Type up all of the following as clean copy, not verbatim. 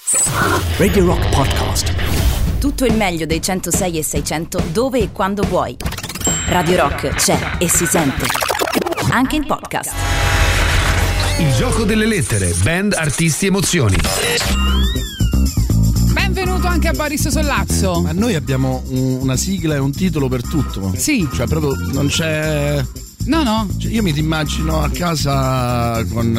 Radio Rock Podcast. Tutto il meglio dei 106 e 600 dove e quando vuoi. Radio Rock c'è e si sente anche in podcast. Il gioco delle lettere, band, artisti, emozioni. Benvenuto anche a Boris Sollazzo. Ma noi abbiamo una sigla e un titolo per tutto. Sì. Cioè proprio non c'è... No. Cioè, io mi ti immagino a casa con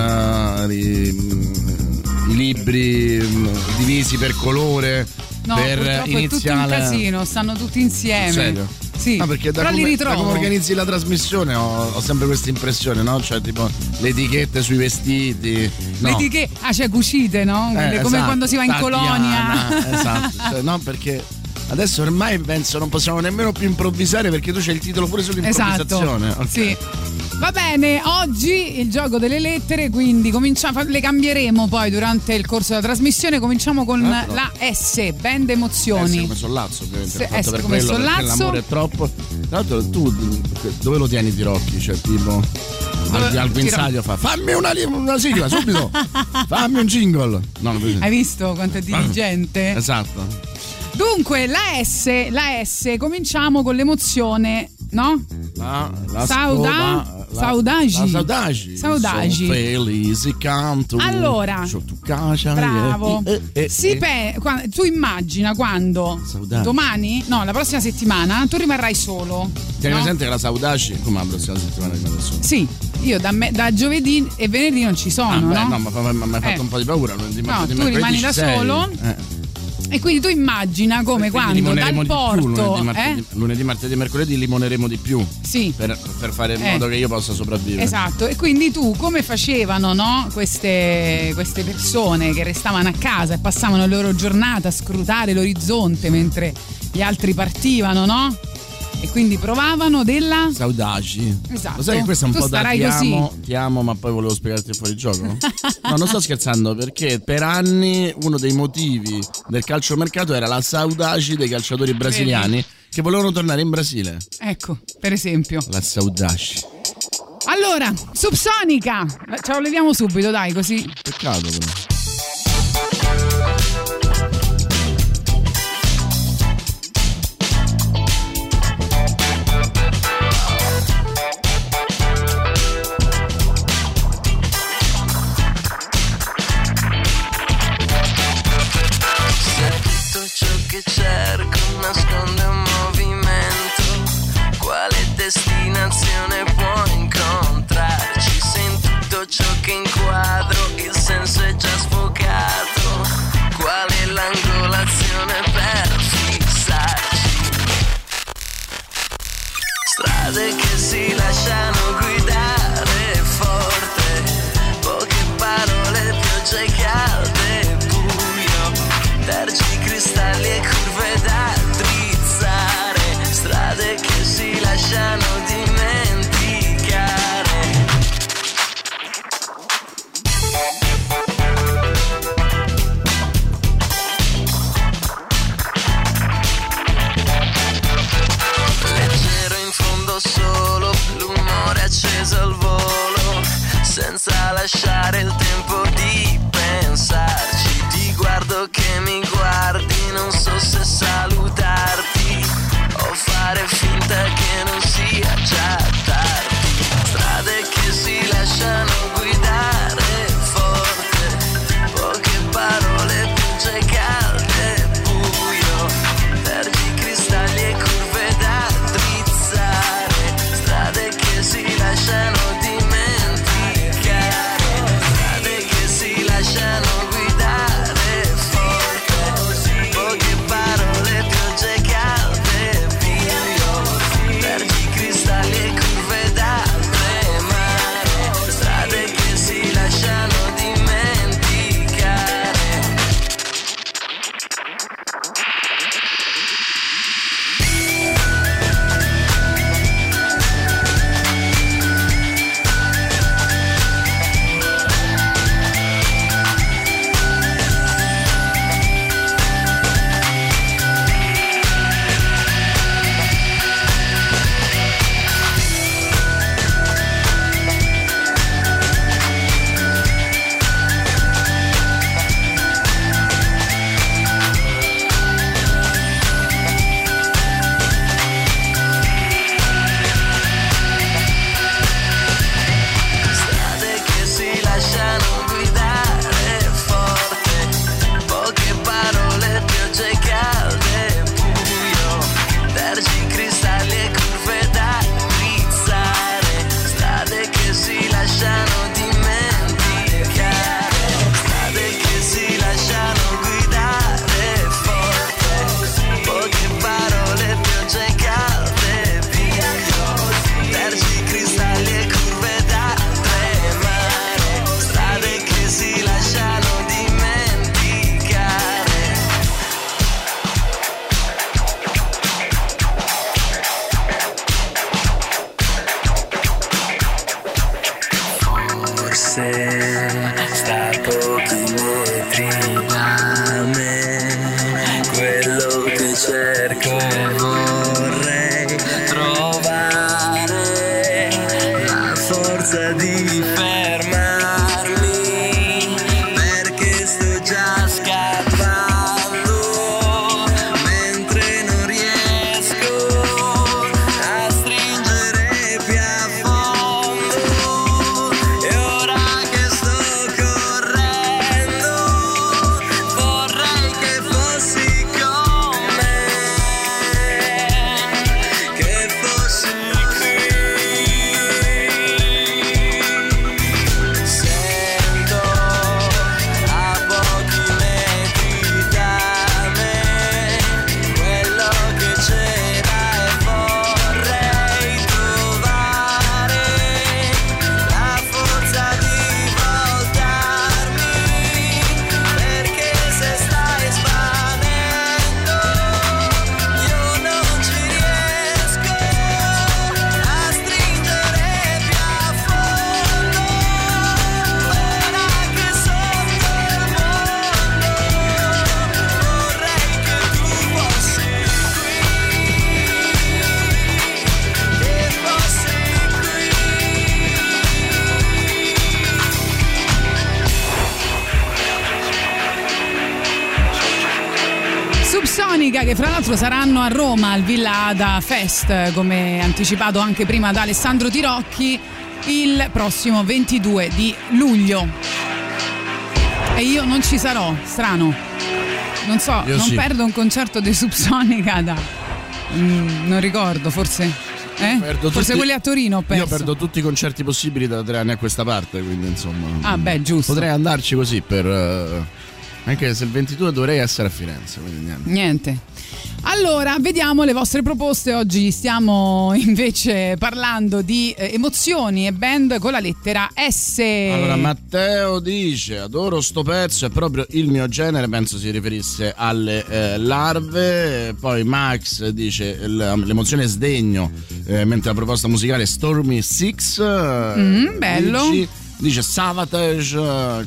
i libri divisi per colore. No, per purtroppo iniziale... è tutto un casino, stanno tutti insieme. Serio? Sì, no, perché da però li come ritrovo. organizzi la trasmissione ho sempre questa impressione, no? Cioè tipo le etichette sui vestiti. No. Le etichette, cioè cucite, no? Come esatto, quando si va in colonia. Esatto, cioè, no, perché adesso ormai penso non possiamo nemmeno più improvvisare perché tu c'hai il titolo pure sull'improvvisazione. Esatto, okay. sì. Va bene, oggi il gioco delle lettere, quindi cominciamo, le cambieremo poi durante il corso della trasmissione. Cominciamo con la S, band emozioni. Come Sollazzo, ovviamente. S per come quello, Sollazzo. perché l'amore è troppo. Tra l'altro tu dove lo tieni Tirocchi? Cioè tipo al guinzaglio fammi una sigla subito. Fammi un jingle. No, hai visto quanto è diligente? Esatto. Dunque la S cominciamo con l'emozione, no? Saudagi. Felici canto. Allora, bravo. Tu immagina quando Saudagi. domani, no, la prossima settimana tu rimarrai solo. Tieni no? presente che la Saudagi come la prossima settimana rimarrà solo? Sì, io da giovedì e venerdì non ci sono, no? No, ma mi hai fatto un po' di paura. No, tu rimani da solo. E quindi tu immagina come quando dal porto lunedì, martedì e mercoledì limoneremo di più. Sì. Per fare in modo che io possa sopravvivere. Esatto. E quindi tu come facevano, no? Queste persone che restavano a casa e passavano la loro giornata a scrutare l'orizzonte mentre gli altri partivano, no? E quindi provavano della Saudagi. Esatto. Lo sai che questo è un tu po' da così. ti amo, ma poi volevo spiegarti fuori gioco? No, non sto scherzando, perché per anni uno dei motivi del calciomercato era la saudagi dei calciatori brasiliani che volevano tornare in Brasile. Ecco, per esempio. La saudagi. Allora, Subsonica. Ce lo leviamo subito, dai, così. Peccato però. Che cerco nasconde un movimento, quale destinazione può incontrarci? Se in tutto ciò che inquadro il senso è già sfocato, qual è l'angolazione per fissarci? Strade che si lasciano guidare forte, poche parole, pioggia e calde, buio, cristalli e curve da drizzare, strade che si lasciano dimenticare. Subsonica, che fra l'altro saranno a Roma al Villa Ada Fest, come anticipato anche prima da Alessandro Tirocchi, il prossimo 22 di luglio. E io non ci sarò, strano. Non so, io non sì. perdo un concerto di Subsonica da non ricordo, forse forse quelli a Torino ho perso. Io perdo tutti i concerti possibili da 3 anni a questa parte, quindi insomma. Ah beh, giusto. Potrei andarci così per anche se il 22 dovrei essere a Firenze, quindi niente. Allora, vediamo le vostre proposte. Oggi stiamo invece parlando di emozioni e band con la lettera S. Allora, Matteo dice: adoro sto pezzo, è proprio il mio genere. Penso si riferisse alle larve. Poi Max dice l'emozione è sdegno, mentre la proposta musicale è Stormy Six. Bello. Luigi dice Savatage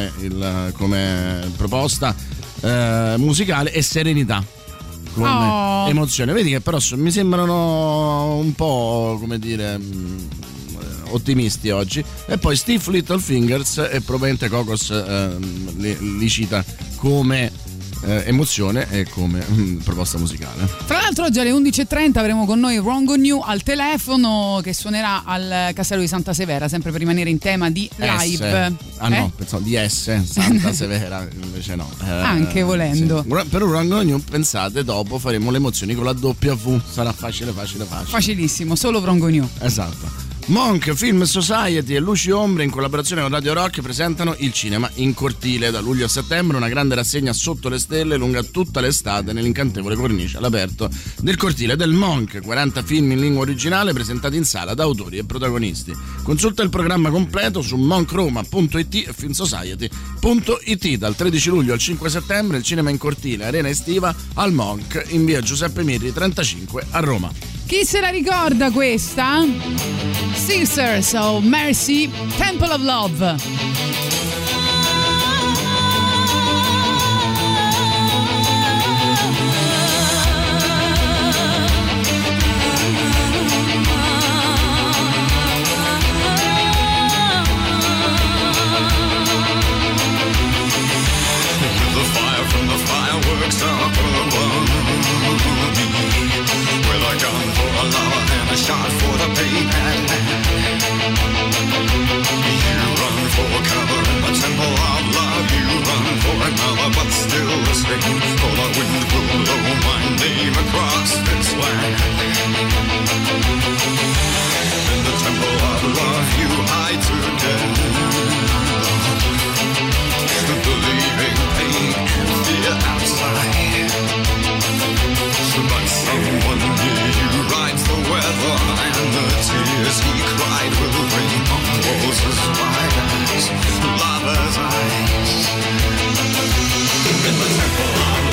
come proposta musicale, e serenità come emozione. Vedi che però mi sembrano un po', come dire, ottimisti oggi. E poi Steve Littlefingers, e probabilmente Cocos li cita come emozione e come proposta musicale. Tra l'altro oggi alle 11.30 avremo con noi Rongo New al telefono, che suonerà al Castello di Santa Severa, sempre per rimanere in tema di live. No, pensavo di Santa Severa, invece no. Anche volendo. Sì. Per un Rongo New, pensate, dopo faremo le emozioni con la W. Sarà facile. Facilissimo, solo Rongo New. Esatto. Monk Film Society e Luci Ombre, in collaborazione con Radio Rock, presentano Il cinema in cortile. Da luglio a settembre una grande rassegna sotto le stelle lunga tutta l'estate nell'incantevole cornice all'aperto del cortile del Monk. 40 film in lingua originale presentati in sala da autori e protagonisti. Consulta il programma completo su monkroma.it e filmsociety.it. Dal 13 luglio al 5 settembre il cinema in cortile, arena estiva al Monk, in via Giuseppe Mirri 35 a Roma. Chi se la ricorda questa? Sisters of Mercy, Temple of Love. A shot for the payment. You run for cover in the temple of love. You run for another, but still the same. For the wind will blow my name across this land. In the temple of love, you hide together, believing pain and fear outside. But someone near you rides the weather, and the tears he cried will rain on walls as wide as lovers' eyes. In the temple of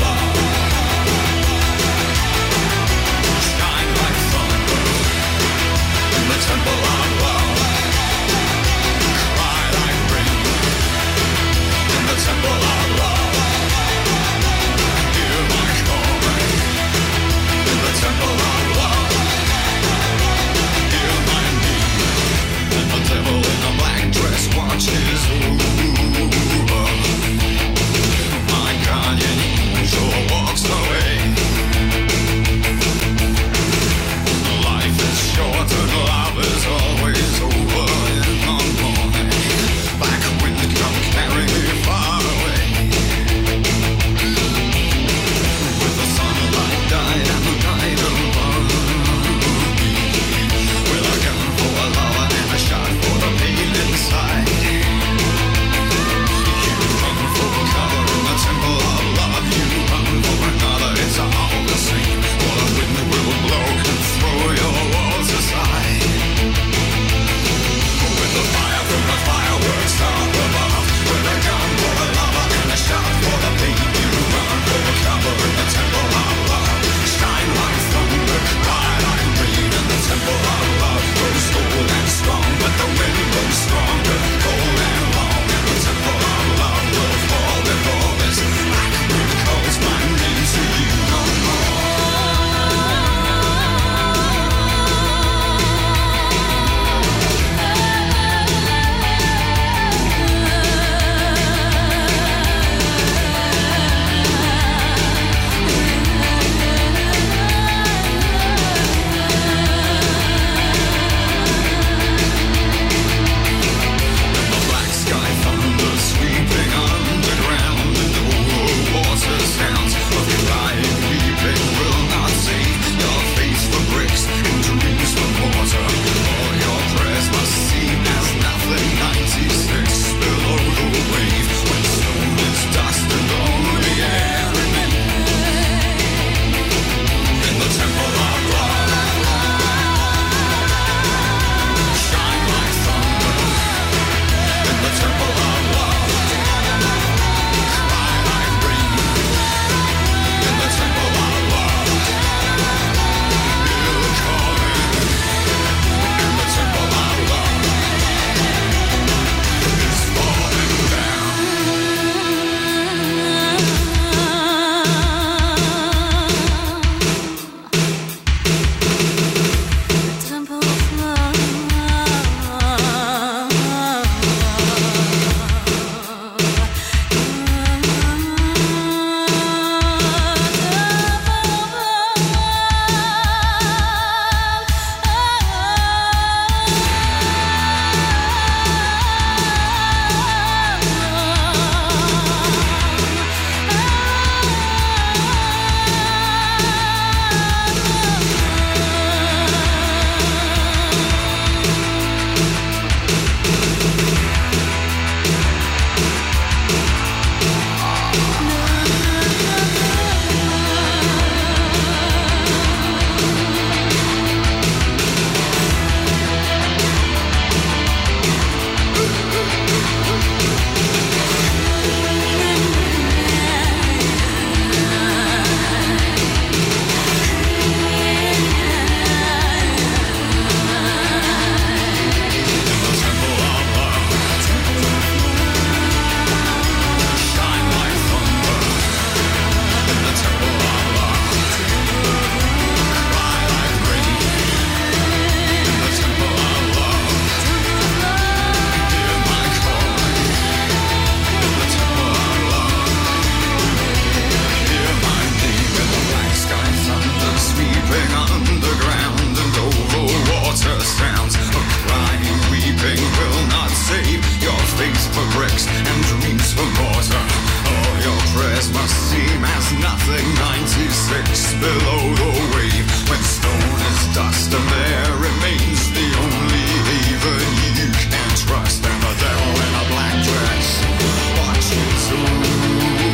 this must seem as nothing. 96 below the wave, when stone is dust and there remains the only haven you can trust, and the devil in a black dress watches over.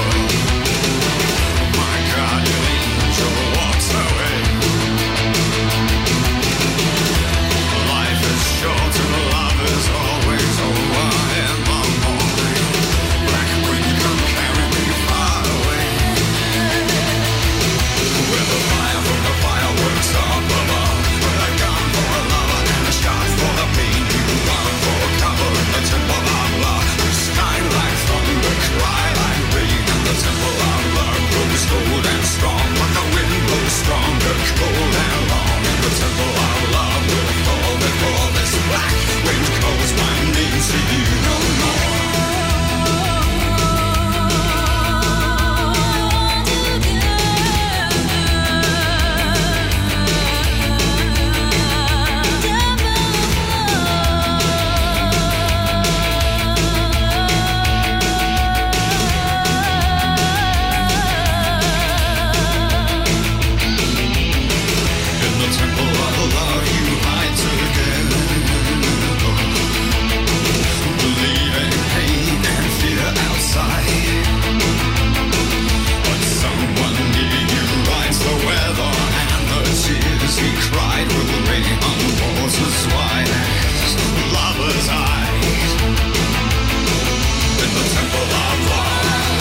My guardian angel walks away. Life is short and love is always over in the morning. Black wind, come carry me far away. With a fire from the fireworks up above, with a gun for a lover and a shot for the pain. You run for cover in the temple of love. The skylight thunder, cry like rain, and the temple of love grows cold and strong. But the wind blows stronger, cold and long, and the temple of love will fall before this black wind calls my name to you no more. He cried with rain on waters wide as lover's eyes in the temple of love.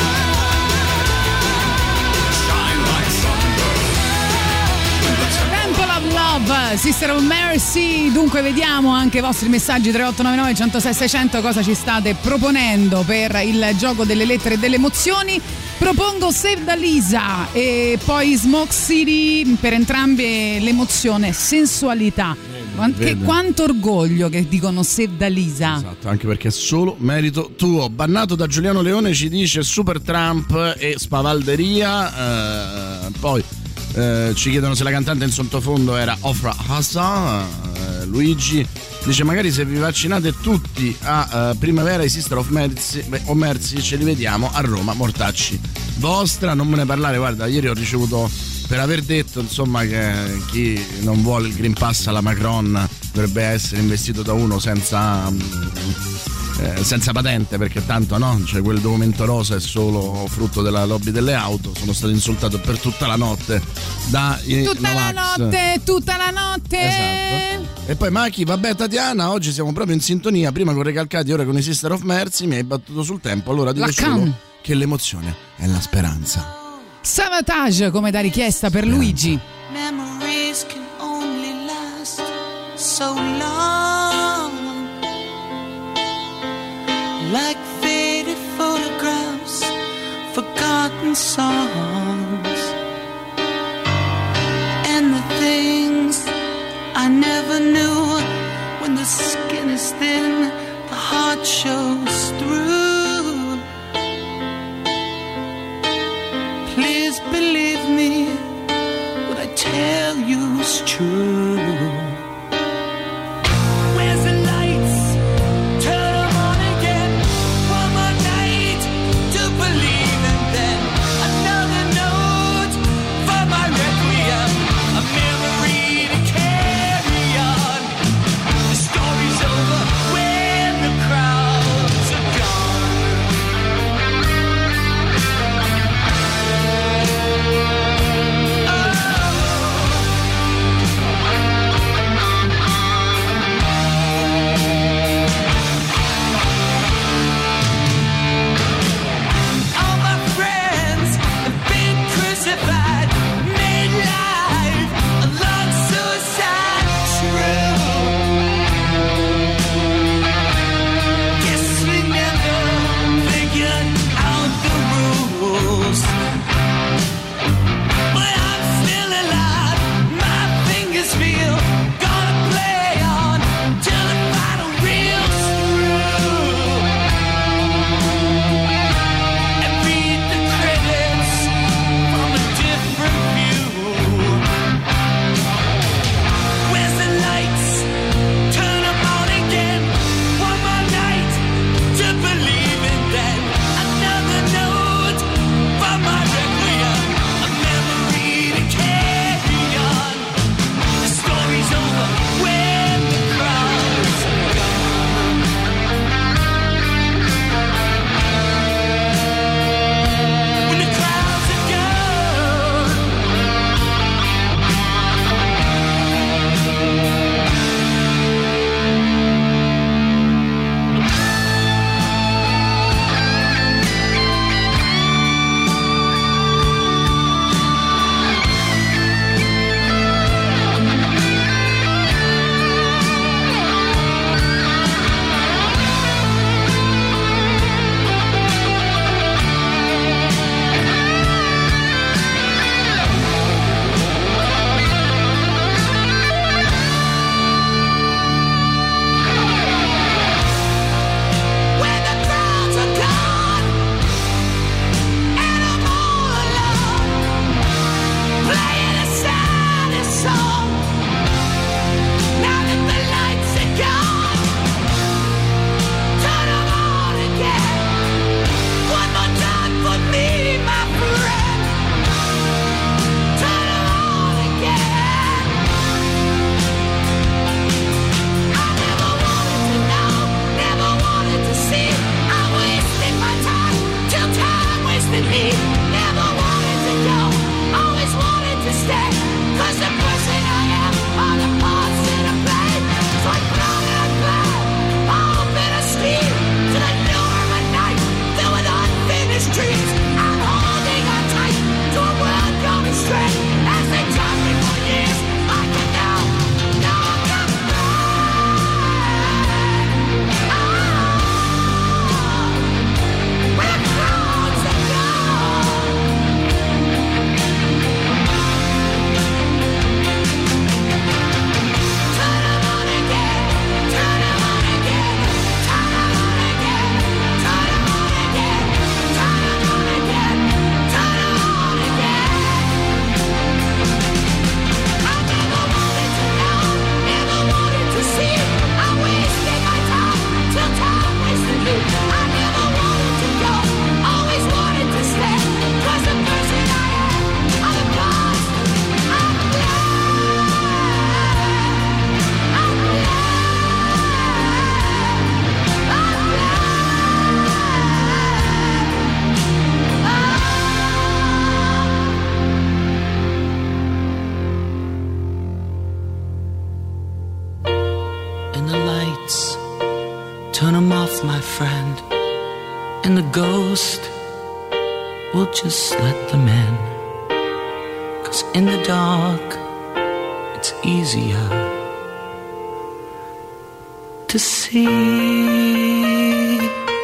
Shine like thunder in the Temple of Love, Sister of Mercy. Dunque vediamo anche i vostri messaggi 3899 106 600, cosa ci state proponendo per il gioco delle lettere e delle emozioni. Propongo Save da Lisa e poi Smoke City, per entrambe l'emozione e sensualità. Quanto orgoglio che dicono Save da Lisa. Esatto, anche perché è solo merito tuo. Bannato da Giuliano Leone ci dice Super Trump e spavalderia. Poi ci chiedono se la cantante in sottofondo era Ofra Hassan. Luigi dice magari se vi vaccinate tutti a primavera i Sister of Mercy ce li vediamo a Roma, mortacci vostra. Non me ne parlare, guarda, ieri ho ricevuto, per aver detto insomma che chi non vuole il Green Pass alla Macron dovrebbe essere investito da uno senza patente, perché tanto no, cioè quel documento rosa è solo frutto della lobby delle auto. Sono stato insultato per tutta la notte da tutta la notte. Esatto. E poi Machi, vabbè Tatiana, oggi siamo proprio in sintonia, prima con Recalcati, ora con i Sister of Mercy, mi hai battuto sul tempo, allora dico solo che l'emozione è la speranza. Savatage come da richiesta per Luigi. Memories can only last so long, like faded photographs, forgotten songs, and the things I never knew. When the skin is thin, the heart shows through. Please believe me, what I tell you is true. Where's the lights? Turn them on again. One more night to believe in them. Another note for my requiem. A memory to carry on. The story's over when the crowds are gone. Oh. is my friend, and the ghost will just let them in. 'Cause in the dark, it's easier to see.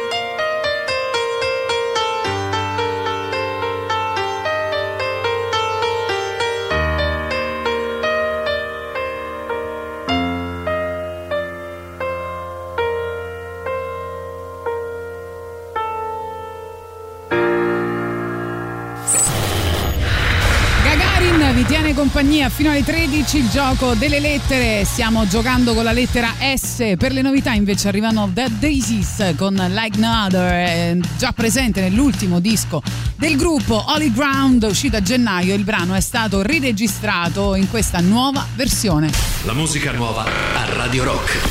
Vi tiene compagnia fino alle 13 il gioco delle lettere. Stiamo giocando con la lettera S. Per le novità invece arrivano The Daisies con Like No Other, già presente nell'ultimo disco del gruppo Holy Ground, uscito a gennaio. Il brano è stato riregistrato in questa nuova versione. La musica nuova a Radio Rock.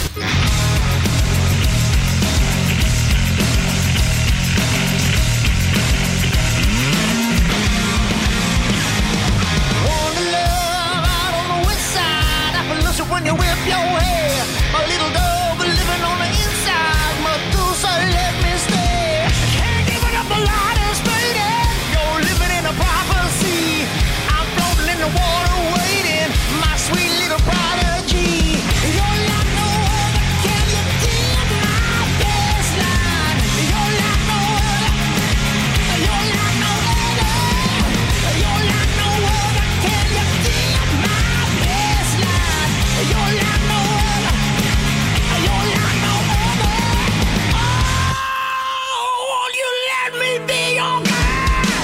When you whip your hair, a little dove living on the inside. Medusa, let me stay. Can't give it up a lot is fading. You're living in a prophecy. I'm floating in the water waiting. My sweet little prodigy. You're like no other. Can you dig my baseline? You're like no other. You're like no other. You're like no other. Can you dig my baseline? You're like no other. You're like no other. Oh, won't you let me be your girl?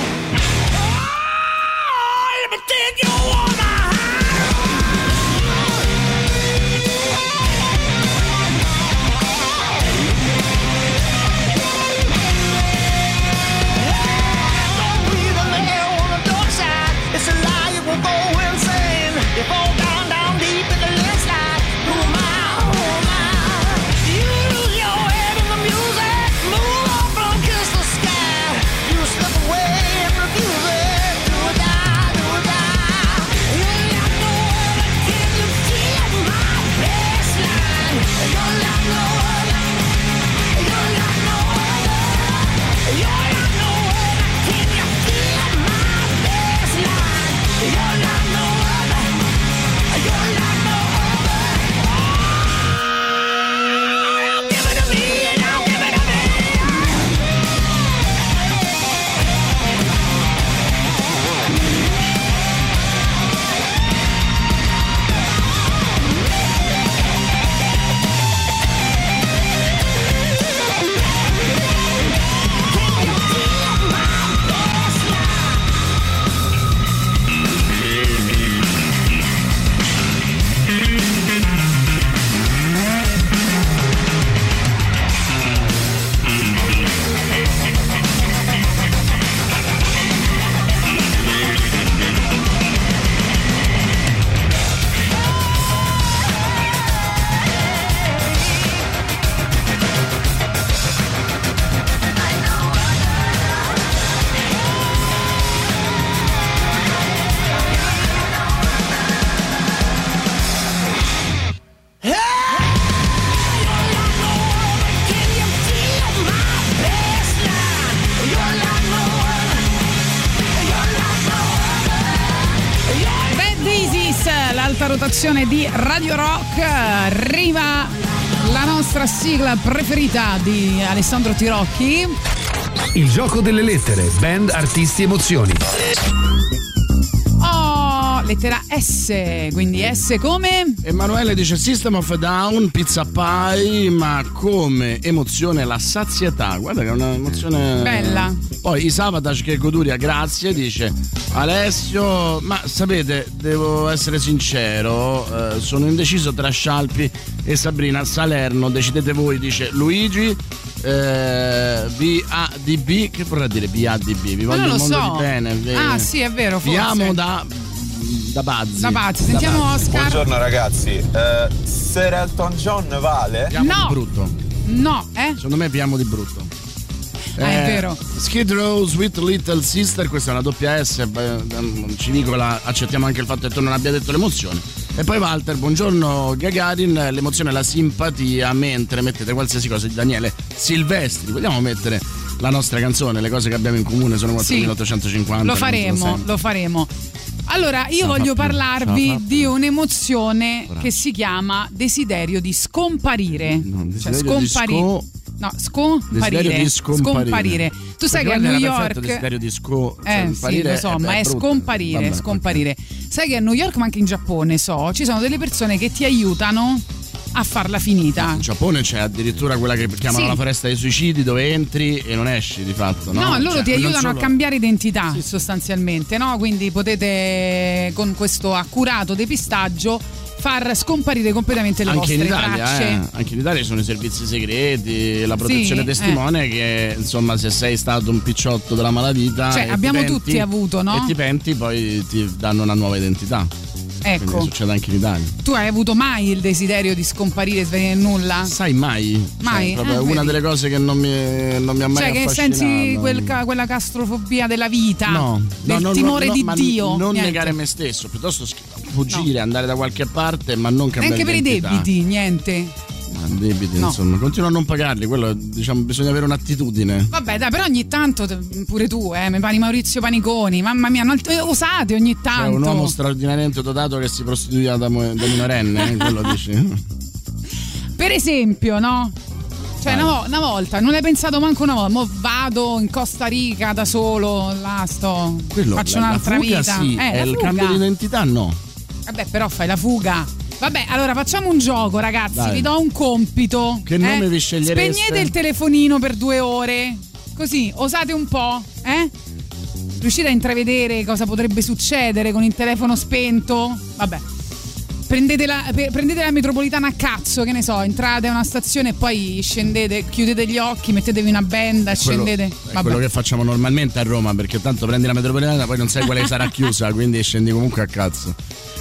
Oh, let me take you on my Don't breathe in the air on the dark side. It's a lie, you will go insane. You fall down deep in the landslide. Who am I? You lose your head in the music. Move up and kiss the sky. You slip away and refuse it. Do or die, do or die. You're like no other. Can you feel my baseline? You're like no other. You're like no other. You're like no other. Can you feel my baseline? You're like no other. You're like no other. Oh, give it to me, now give it to me. Can you feel my baseline? Bad Daisies, l'alta rotazione di Radio Rock. Arriva la nostra sigla preferita di Alessandro Tirocchi. Il gioco delle lettere, band, artisti, emozioni. Oh, lettera S, quindi S come? Emanuele dice System of a Down, Pizza Pie, ma come emozione la sazietà. Guarda che è un'emozione Bella. Poi Isavatage che Goduria, grazie, dice Alessio, ma sapete, devo essere sincero, sono indeciso tra Scialpi e Sabrina. Salerno, decidete voi, dice Luigi. VADB, che vorrà dire VADB? Vi voglio non il lo mondo so. di bene. Ah sì, è vero, forse. Vi amo da Bazzi. Da Bazzi. Sentiamo Oscar. Buongiorno ragazzi, Sir Elton John vale? Piamo No. di brutto. No, Secondo me piamo di brutto. È vero. Skid Row, Sweet Little Sister, questa è una doppia S. Civicola, accettiamo anche il fatto che tu non abbia detto l'emozione. E poi Walter, buongiorno Gagarin, l'emozione e la simpatia mentre mettete qualsiasi cosa di Daniele Silvestri. Vogliamo mettere la nostra canzone, le cose che abbiamo in comune sono 4850. Lo faremo. Allora, io voglio parlarvi di un'emozione che si chiama desiderio di scomparire. Desiderio di scomparire. Tu sai che a New York desiderio di sì, lo so, ma è scomparire. Okay. Sai che a New York, ma anche in Giappone, ci sono delle persone che ti aiutano a farla finita. In Giappone c'è addirittura quella che chiamano la foresta dei suicidi, dove entri e non esci di fatto, no? No, loro ti aiutano a cambiare identità, sostanzialmente, no? Quindi potete con questo accurato depistaggio far scomparire completamente le vostre tracce. Anche in Italia ci sono i servizi segreti, la protezione testimone che insomma se sei stato un picciotto della malavita, abbiamo tutti avuto, no? E ti penti, poi ti danno una nuova identità. Ecco. Quindi succede anche in Italia. Tu hai avuto mai il desiderio di scomparire, svenire nulla? Sai, mai. Mai? Proprio una delle cose che non mi ha mai affascinato. Che senti quella castrofobia della vita? Del timore di Dio? Non negare me stesso, piuttosto fuggire, andare da qualche parte, ma non cambiare neanche identità. Per i debiti, niente. Debiti, insomma, continuo a non pagarli, quello diciamo bisogna avere un'attitudine. Vabbè, dai, però ogni tanto pure tu, mi pari Maurizio Paniconi, mamma mia, osate ogni tanto. È un uomo straordinariamente dotato che si prostituiva da minorenne, quello dici. Per esempio, no? Cioè una volta, non hai pensato manco una volta, mo vado in Costa Rica da solo, là faccio un'altra vita. Sì, è il cambio di identità, no. Vabbè, però fai la fuga. Vabbè, allora facciamo un gioco, ragazzi. Dai. Vi do un compito. Che nome vi scegliereste? Spegnete il telefonino per 2 ore. Così, osate un po', Riuscite a intravedere cosa potrebbe succedere con il telefono spento? Vabbè. Prendete la metropolitana a cazzo, che ne so, entrate a una stazione e poi scendete, chiudete gli occhi, mettetevi una benda e scendete. È quello che facciamo normalmente a Roma, perché tanto prendi la metropolitana poi non sai quale sarà chiusa, quindi scendi comunque a cazzo.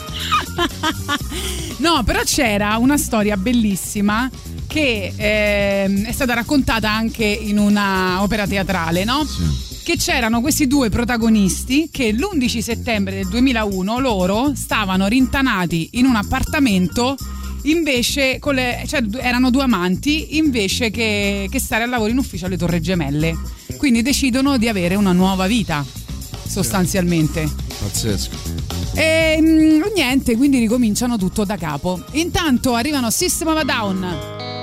No, però c'era una storia bellissima che è stata raccontata anche in una opera teatrale, no? Sì. Che c'erano questi 2 protagonisti che l'11 settembre del 2001 loro stavano rintanati in un appartamento invece erano 2 amanti invece che stare al lavoro in ufficio alle Torri Gemelle. Quindi decidono di avere una nuova vita, sostanzialmente. Pazzesco. E niente, quindi ricominciano tutto da capo. Intanto arrivano System of a Down.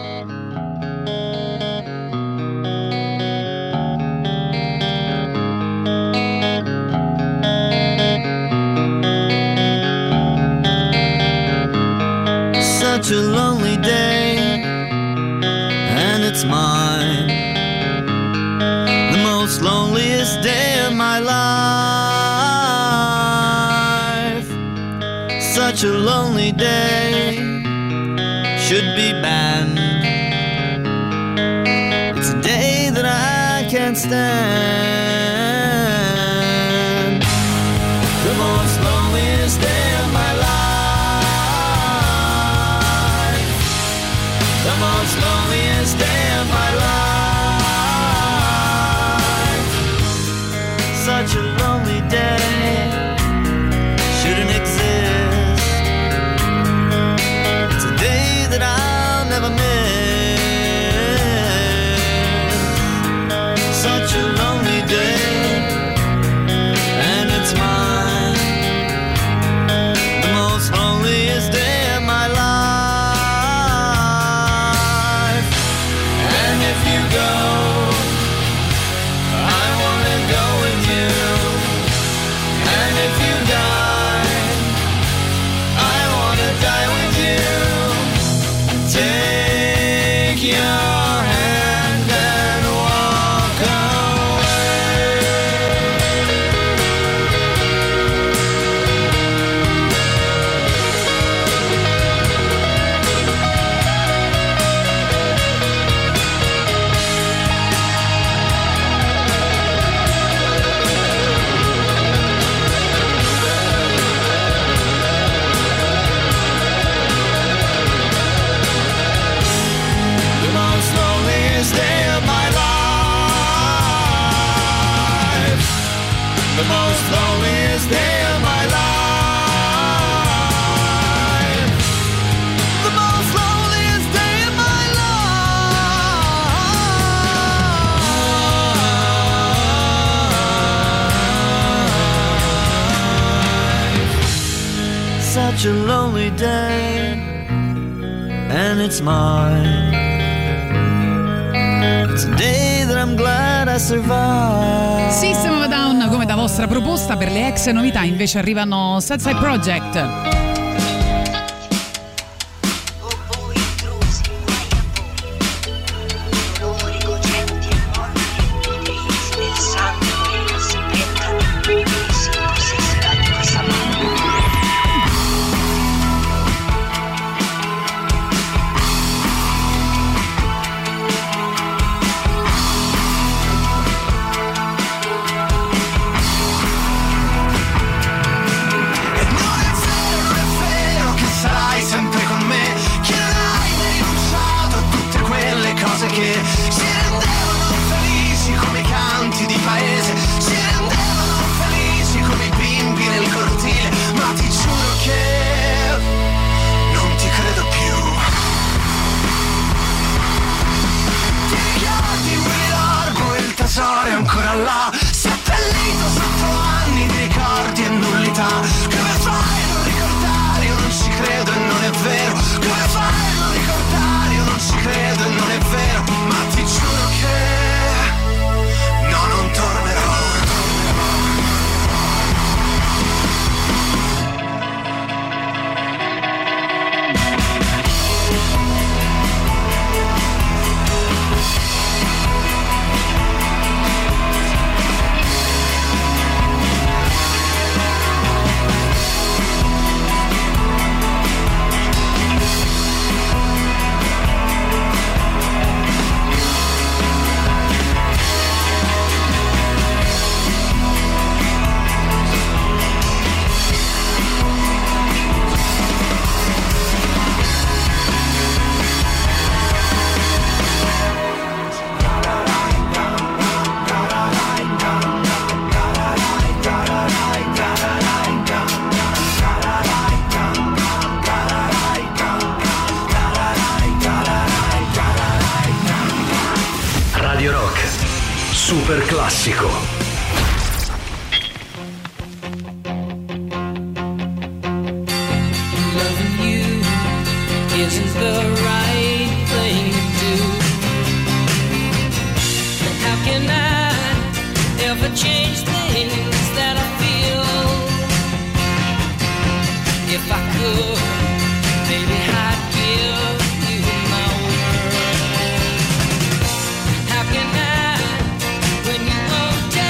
Such a lonely day, and it's mine, the most loneliest day of my life. Such a lonely day should be banned. It's a day that I can't stand. The most loneliest day of my life. The most loneliest day of my life. Such a lonely day shouldn't exist. It's a day that I'll never miss. Such a lonely day, and it's mine. The most loneliest day of my life. And if you go, I wanna go with you. And if you die, I wanna die with you. Take your hand and walk the most loneliest day of my life. The most loneliest day of my life. such a lonely day, and it's mine. It's a day that I'm glad I survived. System of a Down come da vostra proposta. Per le ex novità invece arrivano Southside Project. Ancora là, seppellito sotto anni di ricordi e nullità. Come fai a non ricordare? Io non ci credo e non è vero. Come fai a non ricordare? Io non ci credo e non è vero. Ma ti giuro che no, non tornerò. Radio Rock, super classico. Loving you isn't the right thing to do. And how can I ever change things that I feel? If I could, maybe I'd give you my world. How can I, when you won't take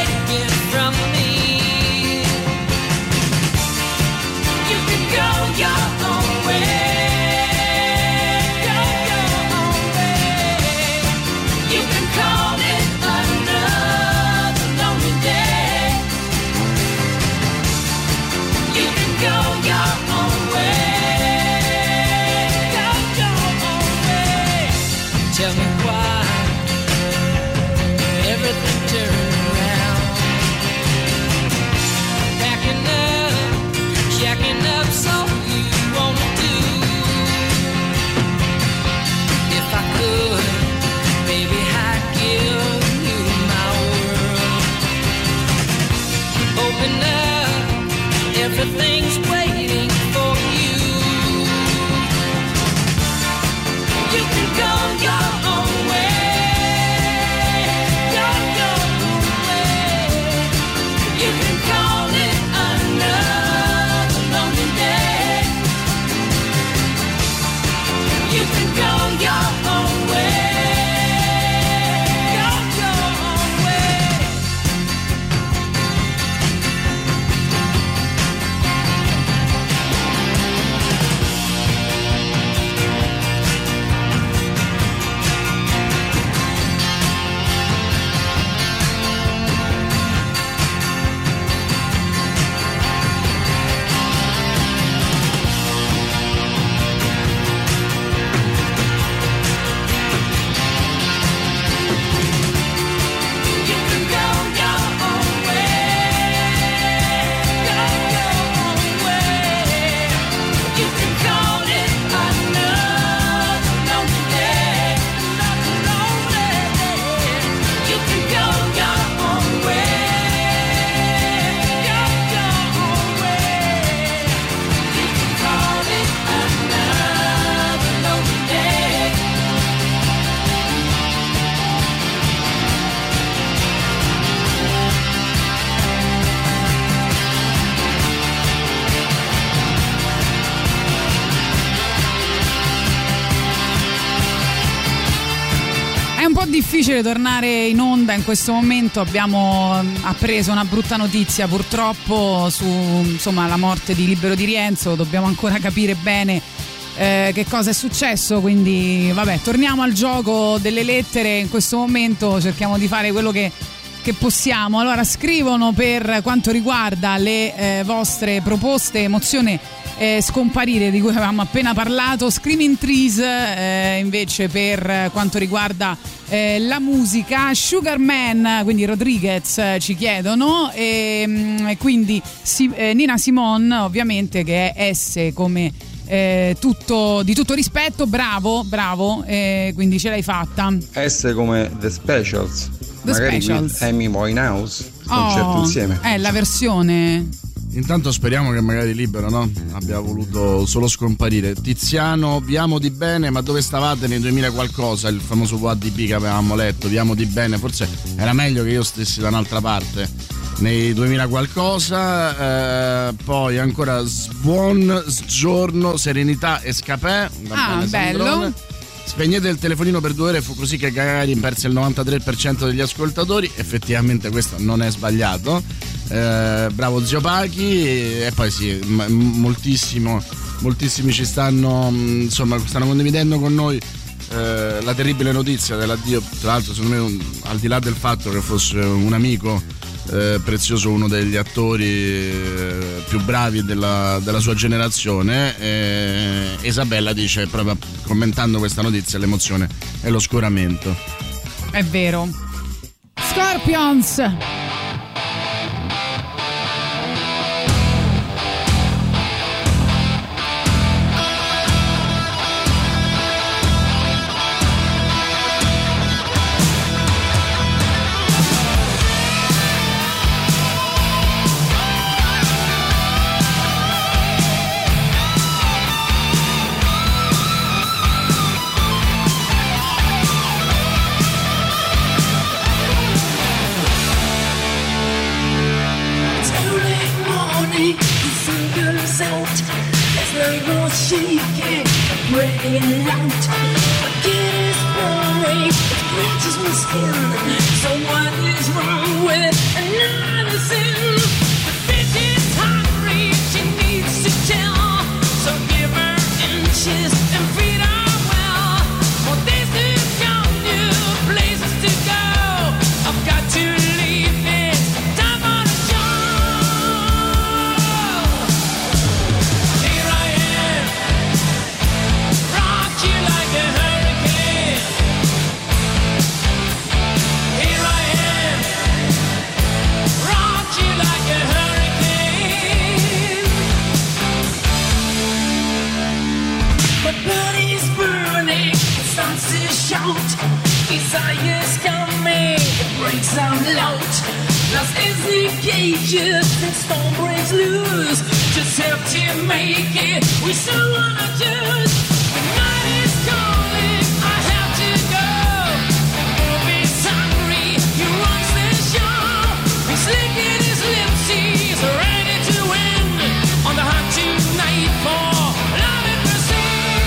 difficile tornare in onda in questo momento. Abbiamo appreso una brutta notizia purtroppo su, insomma, la morte di Libero di Rienzo. Dobbiamo ancora capire bene che cosa è successo, quindi vabbè, torniamo al gioco delle lettere. In questo momento cerchiamo di fare quello che possiamo. Allora, scrivono per quanto riguarda le vostre proposte: emozione scomparire, di cui avevamo appena parlato, Screaming Trees invece per quanto riguarda la musica, Sugar Man, quindi Rodriguez ci chiedono, e quindi Nina Simone ovviamente, che è S come di tutto rispetto. Bravo, quindi ce l'hai fatta. S come The Specials, The magari Specials. con Amy Winehouse, concerto insieme. La versione. Intanto speriamo che magari Libero, no? Abbia voluto solo scomparire. Tiziano, vi amo di bene, ma dove stavate nei 2000 qualcosa? Il famoso VADB che avevamo letto, vi amo di bene. Forse era meglio che io stessi da un'altra parte. Nei 2000 qualcosa, poi ancora Sbuon, Sgiorno, Serenità e Scapè. Bello. Spegnete il telefonino per 2 ore, fu così che Gagarin perse il 93% degli ascoltatori. Effettivamente questo non è sbagliato. Bravo Zio Pachi. E poi sì, moltissimi ci stanno, insomma, stanno condividendo con noi la terribile notizia dell'addio. Tra l'altro, secondo me, al di là del fatto che fosse un amico prezioso, uno degli attori più bravi della sua generazione, Isabella dice, proprio commentando questa notizia, l'emozione è l'oscuramento. È vero. Scorpions. Shaking, breaking out. Forget his boring, it scratches my skin. So what is wrong with another sin? The bitch is hungry, she needs to tell. So give her inches and feed her well. For this is your new places to go. I've got to leave this time on the show. Here I am. Rock you like a hurricane. Here I am. Rock you like a hurricane. My body's burning, the sun's to shout. Desire's coming, it breaks out loud. Lost is the cages, the storm breaks loose. Just have to make it, we so wanna choose. The night is calling, I have to go. The movie's hungry, he runs the show. He's licking his lips, he's ready to win. On the hunt tonight for love and mercy.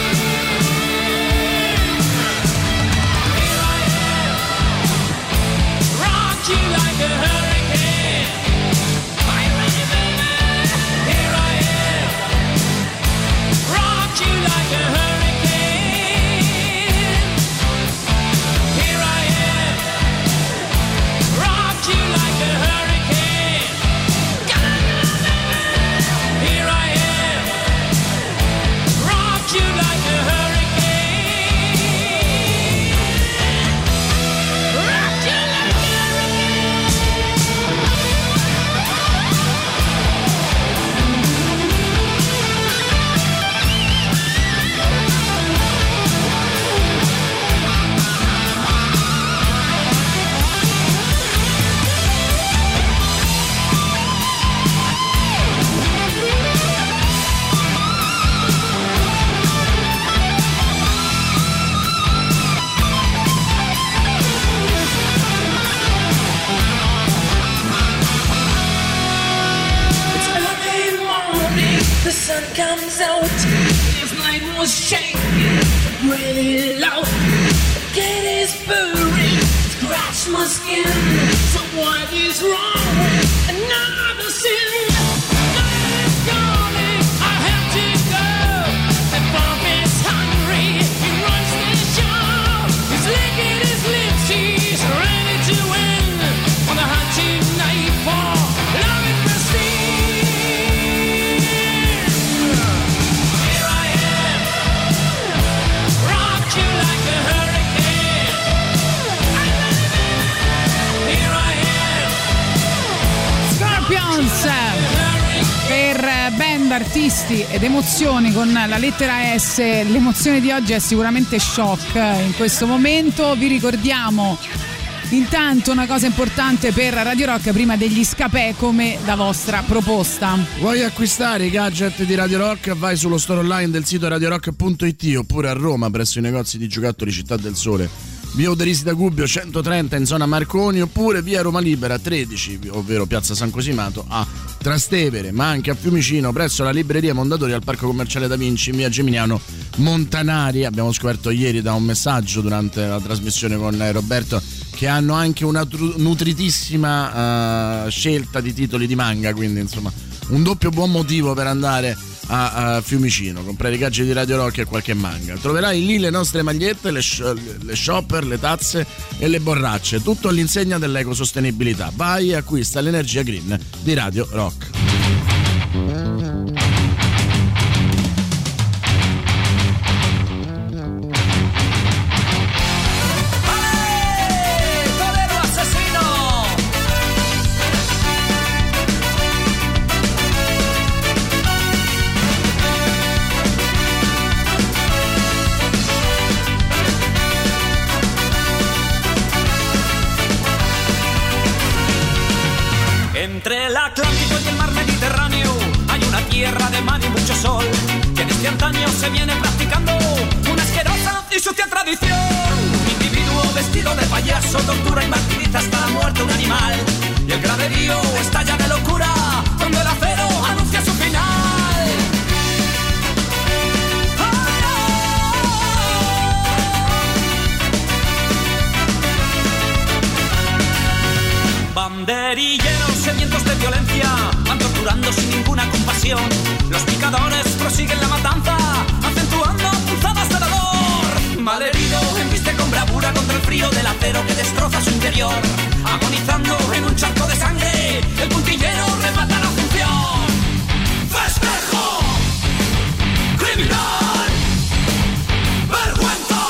Here I am, rock you like a hurricane. Are you ready, baby? Here I am, rock you like a hurricane. Here I am, rock you like a hurricane. Here I am, rock you like a hurricane. Rock you like a It's early morning, the sun comes out. This night was shaking, really loud. Get his burning, touch my skin. So what is wrong? Another sin. Night is calling, I have to go. And Bob is hungry, he runs the show. He's licking his lips, he's ready to win. On the hunting night for love and prestige. Here I am, rock you like a hurricane. Here I am. Scorpions per band, artisti ed emozioni con la lettera S. L'emozione di oggi è sicuramente shock in questo momento. Vi ricordiamo intanto una cosa importante per Radio Rock prima degli scapè, come da vostra proposta. Vuoi acquistare i gadget di Radio Rock? Vai sullo store online del sito radiorock.it oppure a Roma presso i negozi di giocattoli Città del Sole, via Uderisi da Gubbio 130 in zona Marconi, oppure via Roma Libera 13, ovvero piazza San Cosimato a Trastevere, ma anche a Fiumicino presso la libreria Mondadori al Parco Commerciale Da Vinci in via Geminiano Montanari. Abbiamo scoperto ieri da un messaggio durante la trasmissione con Roberto che hanno anche una nutritissima scelta di titoli di manga, quindi insomma un doppio buon motivo per andare a Fiumicino, comprare i gadget di Radio Rock e qualche manga. Troverai lì le nostre magliette, le shopper, le tazze e le borracce, tutto all'insegna dell'ecosostenibilità. Vai e acquista l'energia green di Radio Rock. Entre el Atlántico y el mar Mediterráneo hay una tierra de mar y mucho sol, que desde antaño se viene practicando una asquerosa y sucia tradición. Un individuo vestido de payaso tortura y martiriza hasta la muerte un animal, y el graderío estalla de locura cuando el acero anuncia su final. Banderilleros sedientos de violencia van torturando sin ninguna compasión. Los picadores prosiguen la matanza, acentuando punzadas de dolor. Malherido embiste con bravura contra el frío del acero que destroza su interior. Agonizando en un charco de sangre, el puntillero remata la función. ¡Festejo! ¡Criminal! ¡Vergüenza!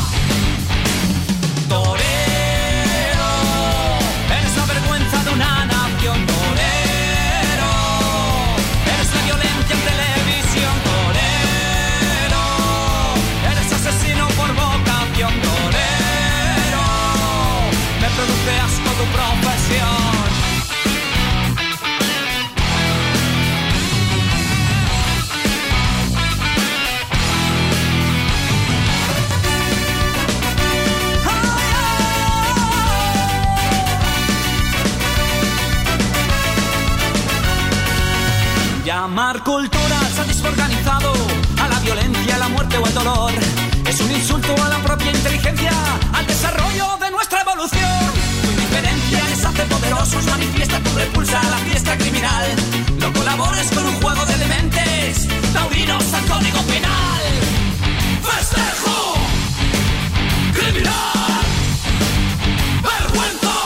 Produce asco tu profesión. Llamar cultura al sadismo organizado, a la violencia, a la muerte o al dolor, es un insulto a la propia inteligencia, al desarrollo de nuestra evolución. Tu indiferencia les hace poderosos, manifiesta tu repulsa a la fiesta criminal. No colabores con un juego de dementes, taurinos al código penal. ¡Festejo! ¡Criminal! ¡Vergüenza!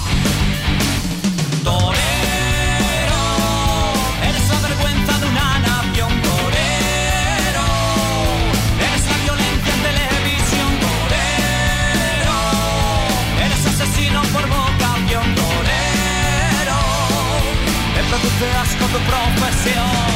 Torero, eres la vergüenza de una nación. Torero, eres la violencia en televisión. Torero, eres asesino por vocación. Torero, me produce asco tu profesión.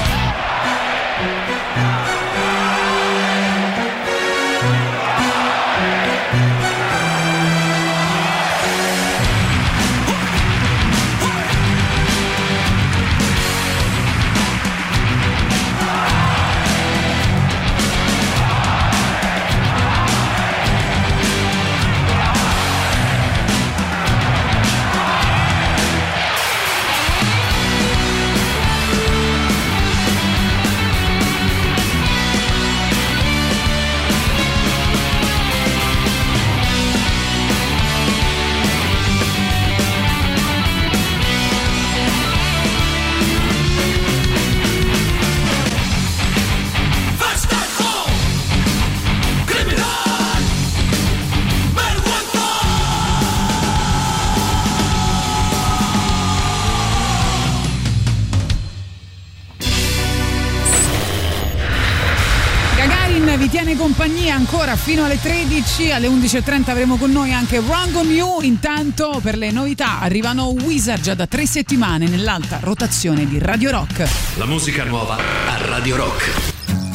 Team vi tiene compagnia ancora fino alle 13, alle 11.30 avremo con noi anche Wrong on You. Intanto per le novità arrivano Weezer già da 3 settimane nell'alta rotazione di Radio Rock. La musica nuova a Radio Rock.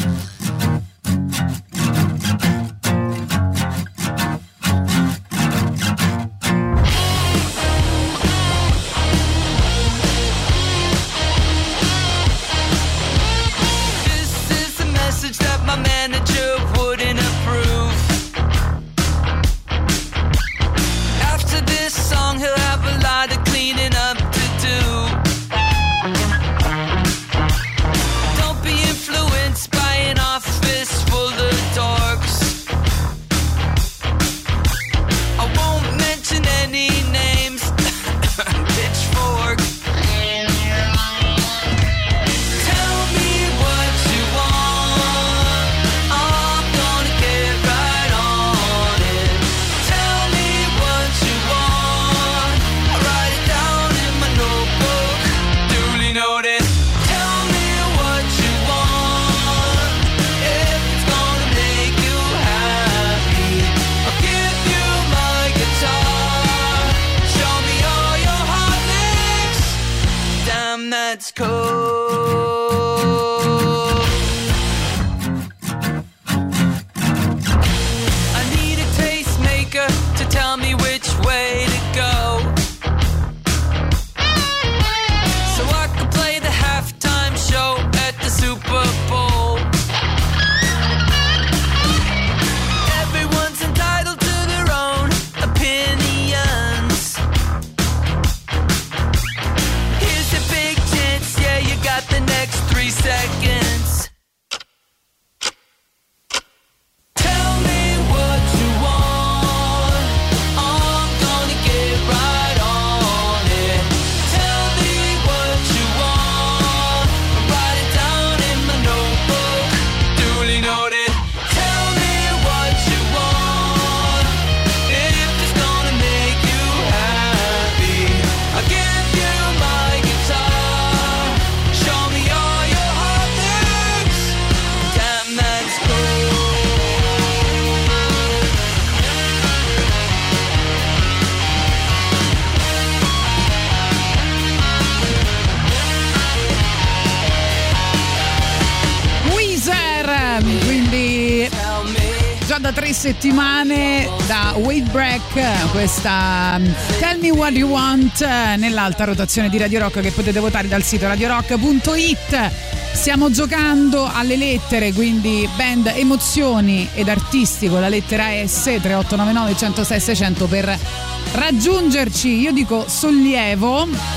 Da 3 settimane da Wave Break questa Tell Me What You Want nell'alta rotazione di Radio Rock che potete votare dal sito radiorock.it. Stiamo giocando alle lettere, quindi band, emozioni ed artisti con la lettera S. 3899 106 600 per raggiungerci. Io dico sollievo.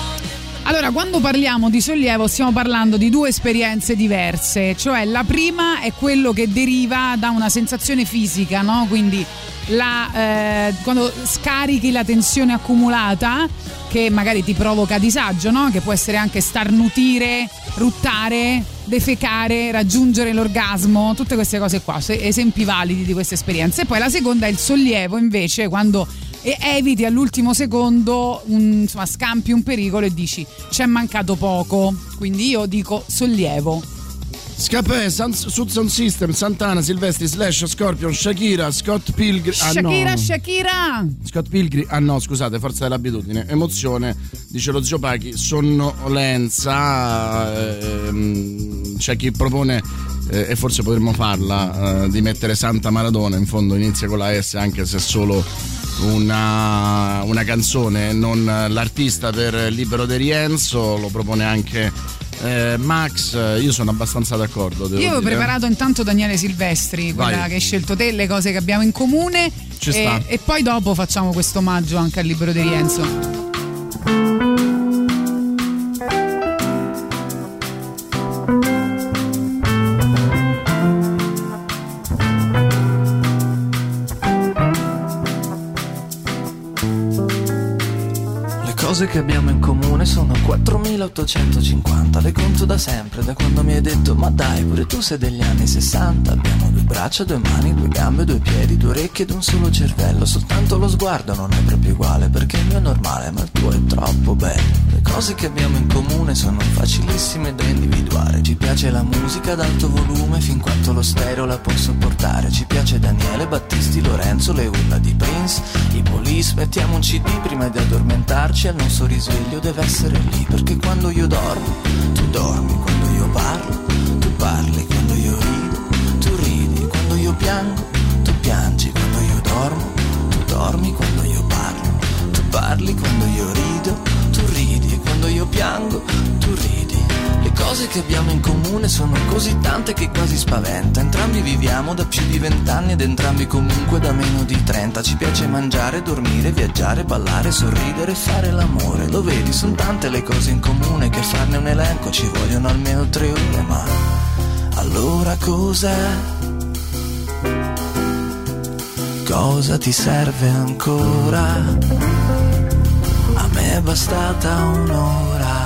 Allora, quando parliamo di sollievo stiamo parlando di 2 esperienze diverse, cioè la prima è quello che deriva da una sensazione fisica, no? Quindi quando scarichi la tensione accumulata che magari ti provoca disagio, no? Che può essere anche starnutire, ruttare, defecare, raggiungere l'orgasmo, tutte queste cose qua, esempi validi di queste esperienze. E poi la seconda è il sollievo, invece, quando eviti all'ultimo secondo, insomma, scampi un pericolo e dici c'è mancato poco, quindi io dico sollievo. Scapè, Sound System, Santana, Silvestri, Slash, Scorpion, Shakira, Scott Pilgrim. Shakira. Scott Pilgrim. Ah no, scusate, forza dell'abitudine. Emozione, dice lo zio Pachi. Sonnolenza. C'è chi propone, e forse potremmo farla, di mettere Santa Maradona. In fondo inizia con la S, anche se è solo una canzone, non l'artista, per Libero de Rienzo. Lo propone anche Max. Io sono abbastanza d'accordo. Io ho preparato intanto Daniele Silvestri, quella Vai. Che hai scelto te, le cose che abbiamo in comune. Ci sta. E poi dopo facciamo questo omaggio anche al Libero de Rienzo. Cose che abbiamo in comune sono 4.850, le conto da sempre, da quando mi hai detto ma dai, pure tu sei degli anni 60. Abbiamo 2 braccia, 2 mani, 2 gambe, 2 piedi, 2 orecchie ed un solo cervello. Soltanto lo sguardo non è proprio uguale, perché il mio è normale ma il tuo è troppo bello. Le cose che abbiamo in comune sono facilissime da individuare. Ci piace piace la musica ad alto volume fin quanto lo stereo la può sopportare. Ci piace Daniele, Battisti, Lorenzo, le urla di Prince, i Police. Mettiamo un CD prima di addormentarci, al nostro risveglio deve essere lì, perché quando io dormo, tu dormi, quando io parlo, tu parli, quando io rido, tu ridi, quando io piango, tu piangi, quando io dormo, tu dormi, quando io parlo, tu parli, quando io rido, tu ridi, e quando io piango, tu ridi. Le cose che abbiamo in comune sono così tante che quasi spaventa. Entrambi viviamo da più di 20 anni ed entrambi comunque da meno di 30. Ci piace mangiare, dormire, viaggiare, ballare, sorridere e fare l'amore. Lo vedi, sono tante le cose in comune che farne un elenco ci vogliono almeno 3 ore. Ma allora cos'è? Cosa ti serve ancora? A me è bastata un'ora.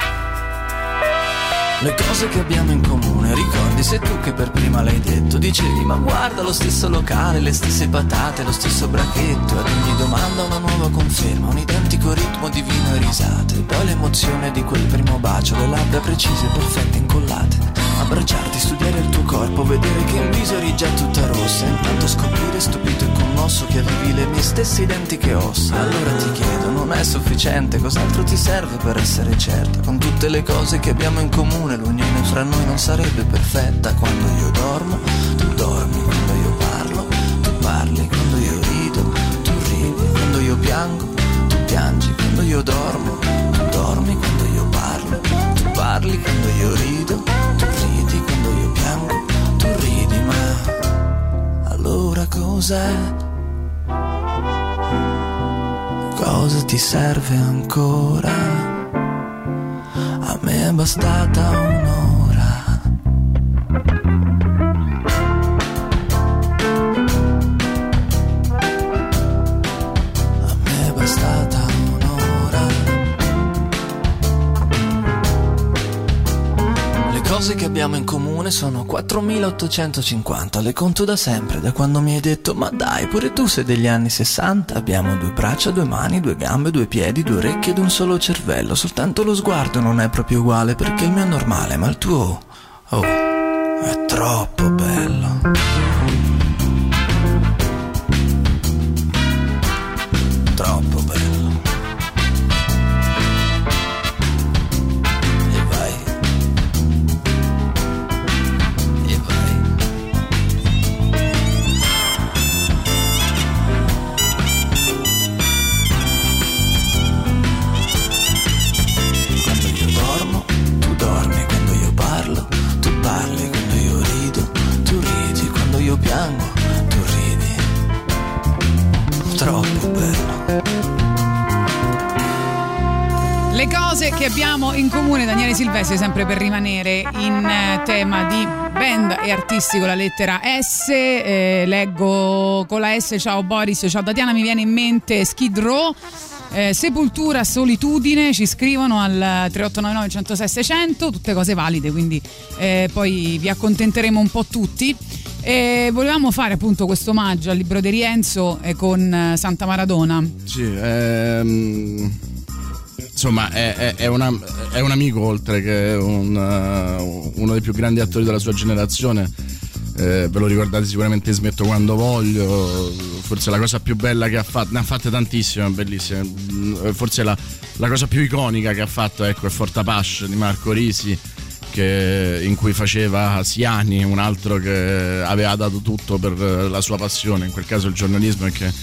Le cose che abbiamo in comune, ricordi, sei tu che per prima l'hai detto. Dicevi, ma guarda, lo stesso locale, le stesse patate, lo stesso bracchetto. Ad ogni domanda una nuova conferma, un identico ritmo di vino e risate. E poi l'emozione di quel primo bacio, le labbra precise, perfette, incollate. Abbracciarti, studiare il tuo corpo, vedere che in viso eri già tutta rossa. Intanto scoprire stupito e commosso che avevi le mie stesse identiche ossa. Allora ti chiedo, non è sufficiente, cos'altro ti serve per essere certa? Con tutte le cose che abbiamo in comune, l'unione fra noi non sarebbe perfetta. Quando io dormo, tu dormi, quando io parlo, tu parli, quando io rido, tu ridi, quando io piango, tu piangi, quando io dormo, tu dormi, quando io parlo, tu parli, quando io rido, tu ridi, quando io piango, tu ridi. Ma allora cos'è? Cosa ti serve ancora? A me è bastata un'ora. A me è bastata un'ora. Le cose che abbiamo in comune sono 4850. Le conto da sempre, da quando mi hai detto, ma dai, pure tu sei degli anni 60. Abbiamo 2 braccia, 2 mani, 2 gambe, 2 piedi, 2 orecchie ed un solo cervello. Soltanto lo sguardo non è proprio uguale, perché il mio è normale, ma il tuo, oh, è troppo bello. Troppo bello. Tu ridi, troppo bello. Le cose che abbiamo in comune, Daniele Silvestri, sempre per rimanere in tema di band e artisti con la lettera S. Leggo con la S, ciao Boris, ciao Tatiana, mi viene in mente Skid Row. Sepoltura, Solitudine, ci scrivono al 3899 106 600, tutte cose valide, quindi poi vi accontenteremo un po' tutti. Volevamo fare appunto questo omaggio al libro di Rienzo con Santa Maradona. Sì, insomma è un amico, oltre che uno dei più grandi attori della sua generazione. Ve lo ricordate sicuramente in Smetto quando voglio, forse la cosa più bella che ha fatto, ne ha fatte tantissime, bellissime, forse la cosa più iconica che ha fatto, ecco, è Fortapash di Marco Risi, in cui faceva Siani, un altro che aveva dato tutto per la sua passione, in quel caso il giornalismo, e che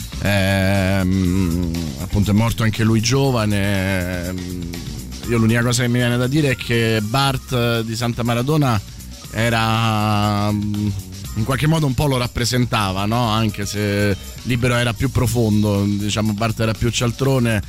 appunto è morto anche lui giovane. Io l'unica cosa che mi viene da dire è che Bart di Santa Maradona era, in qualche modo un po' lo rappresentava, no? Anche se Libero era più profondo, diciamo Bart era più cialtrone,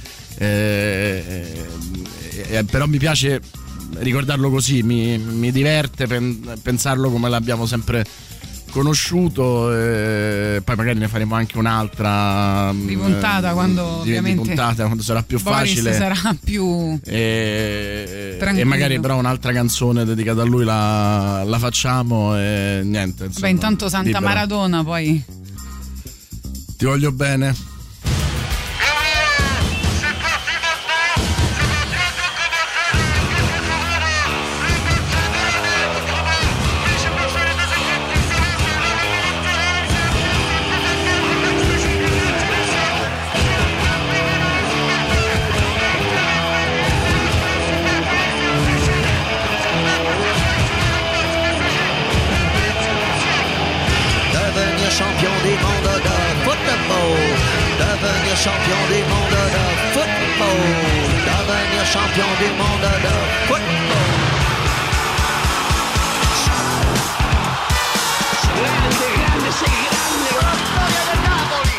però mi piace ricordarlo così, mi diverte pensarlo come l'abbiamo sempre conosciuto, poi magari ne faremo anche un'altra ripuntata quando ovviamente quando sarà più Boris facile, sarà più e magari però un'altra canzone dedicata a lui la facciamo, e niente, insomma. Beh, intanto Santa Libero. Maradona, poi ti voglio bene. champion du monde de football. Devenir champion du monde de football. Grande, sei grande, la storia del Napoli.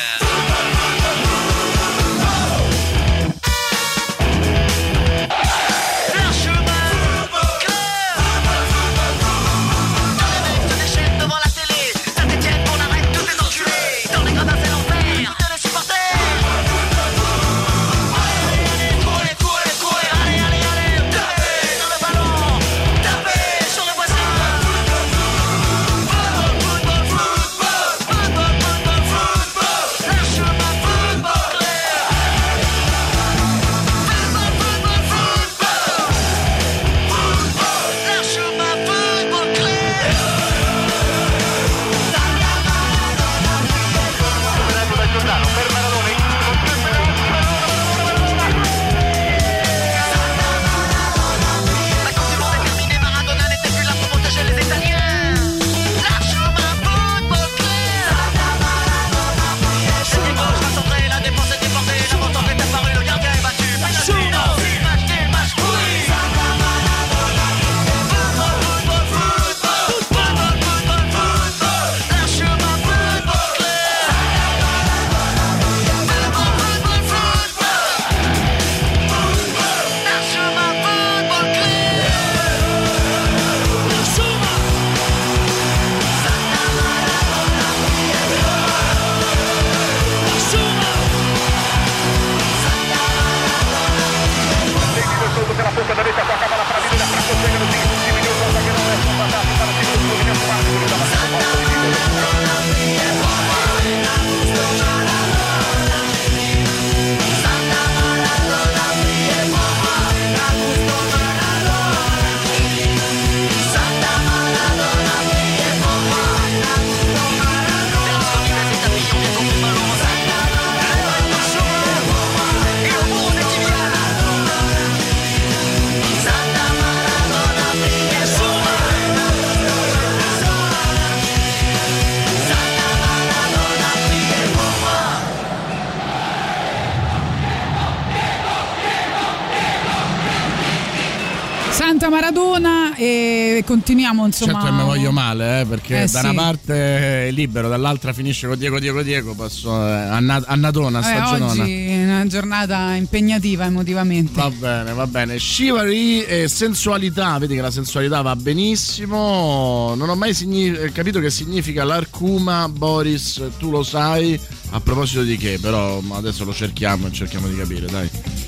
Maradona e continuiamo insomma. Certo che mi voglio male perché da una sì. parte è libero, dall'altra finisce con Diego, passo annatona, stagionona. Oggi è una giornata impegnativa emotivamente. Va bene. Chivalry e sensualità, vedi che la sensualità va benissimo. Non ho mai capito che significa l'arcuma, Boris, tu lo sai. A proposito di che, però adesso lo cerchiamo di capire, dai.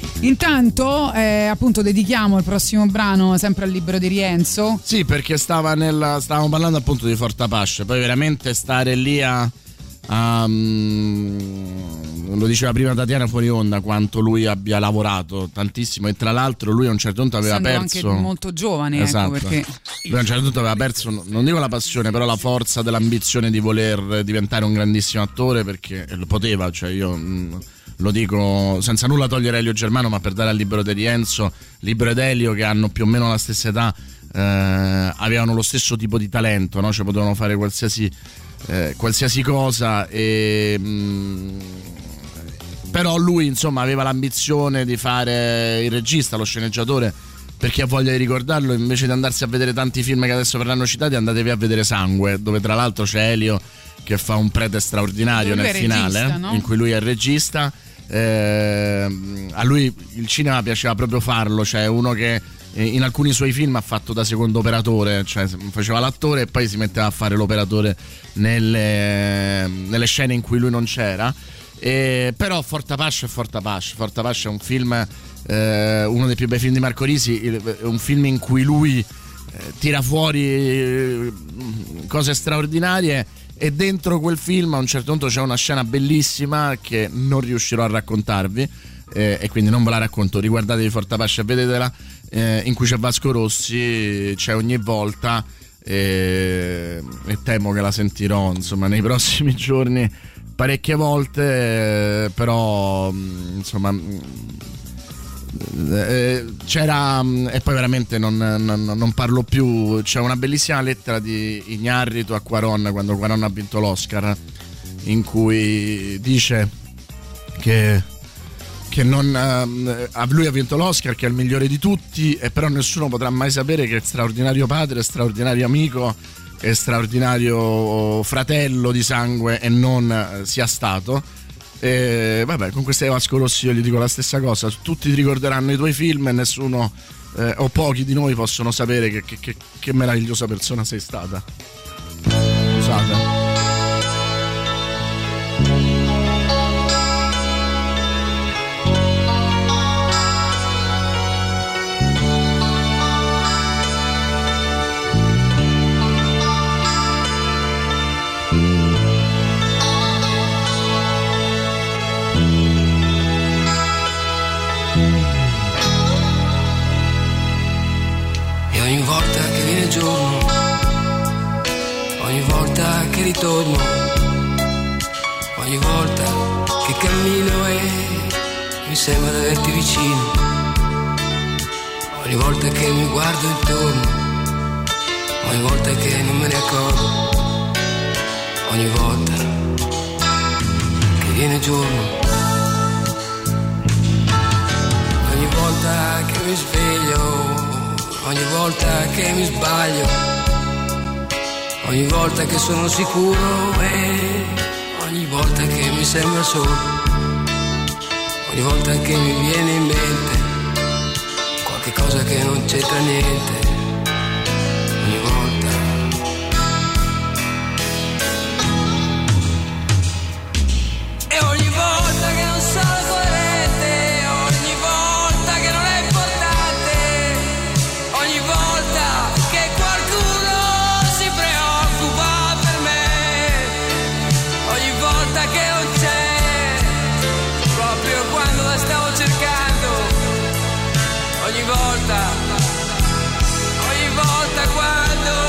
Intanto appunto dedichiamo il prossimo brano sempre al libro di Rienzo. Sì, perché stavamo parlando appunto di Fortapasce, poi veramente stare lì lo diceva prima Tatiana fuori onda, quanto lui abbia lavorato tantissimo, e tra l'altro lui a un certo punto aveva perso, anche molto giovane, esatto, ecco perché lui a un certo punto aveva perso, non dico la passione, però la forza dell'ambizione di voler diventare un grandissimo attore, perché lo poteva, cioè io lo dico senza nulla togliere Elio Germano, ma per dare al libero di Rienzo, Libero ed Elio, che hanno più o meno la stessa età, avevano lo stesso tipo di talento, no? Cioè potevano fare qualsiasi cosa, però lui insomma aveva l'ambizione di fare il regista, lo sceneggiatore. Per chi ha voglia di ricordarlo, invece di andarsi a vedere tanti film che adesso verranno citati, andatevi a vedere Sangue, dove tra l'altro c'è Elio che fa un prete straordinario nel finale, regista, no? In cui lui è il regista. A lui il cinema piaceva proprio farlo, cioè uno che in alcuni suoi film ha fatto da secondo operatore, cioè faceva l'attore e poi si metteva a fare l'operatore nelle scene in cui lui non c'era. Però Fortapasce è un film, uno dei più bei film di Marco Risi, è un film in cui lui tira fuori cose straordinarie, e dentro quel film a un certo punto c'è una scena bellissima che non riuscirò a raccontarvi, e quindi non ve la racconto, riguardatevi Fortapasce e vedetela, in cui c'è Vasco Rossi, c'è ogni volta, e temo che la sentirò insomma nei prossimi giorni parecchie volte, però insomma c'era, e poi veramente non parlo più, c'è una bellissima lettera di Iñárritu a Cuarón quando Cuarón ha vinto l'Oscar, in cui dice che non a lui ha vinto l'Oscar, che è il migliore di tutti, e però nessuno potrà mai sapere che è straordinario padre, straordinario amico e straordinario fratello di sangue e non sia stato. E vabbè, con queste Vasco Rossi io gli dico la stessa cosa: tutti ti ricorderanno i tuoi film e nessuno o pochi di noi possono sapere che meravigliosa persona sei stata. Scusate. Ogni volta che viene giorno, ogni volta che ritorno, ogni volta che cammino e mi sembra di averti vicino, ogni volta che mi guardo intorno, ogni volta che non me ne accorgo, ogni volta che viene giorno, ogni volta che mi sveglio, ogni volta che mi sbaglio, ogni volta che sono sicuro e ogni volta che mi sembra solo, ogni volta che mi viene in mente qualche cosa che non c'entra niente, ogni volta. E ogni volta che non sono coerente, ogni volta che non è importante, ogni volta che qualcuno si preoccupa per me, ogni volta che non c'è, proprio quando la stavo cercando, ogni volta quando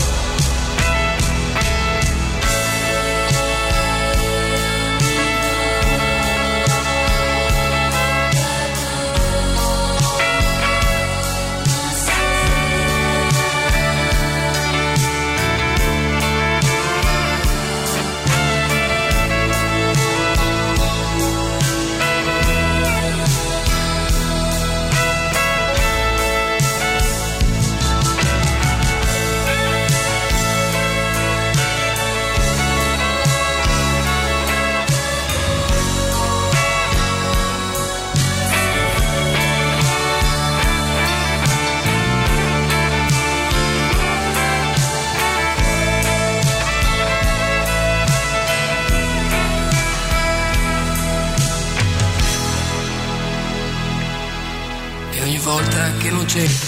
volta che non c'entro,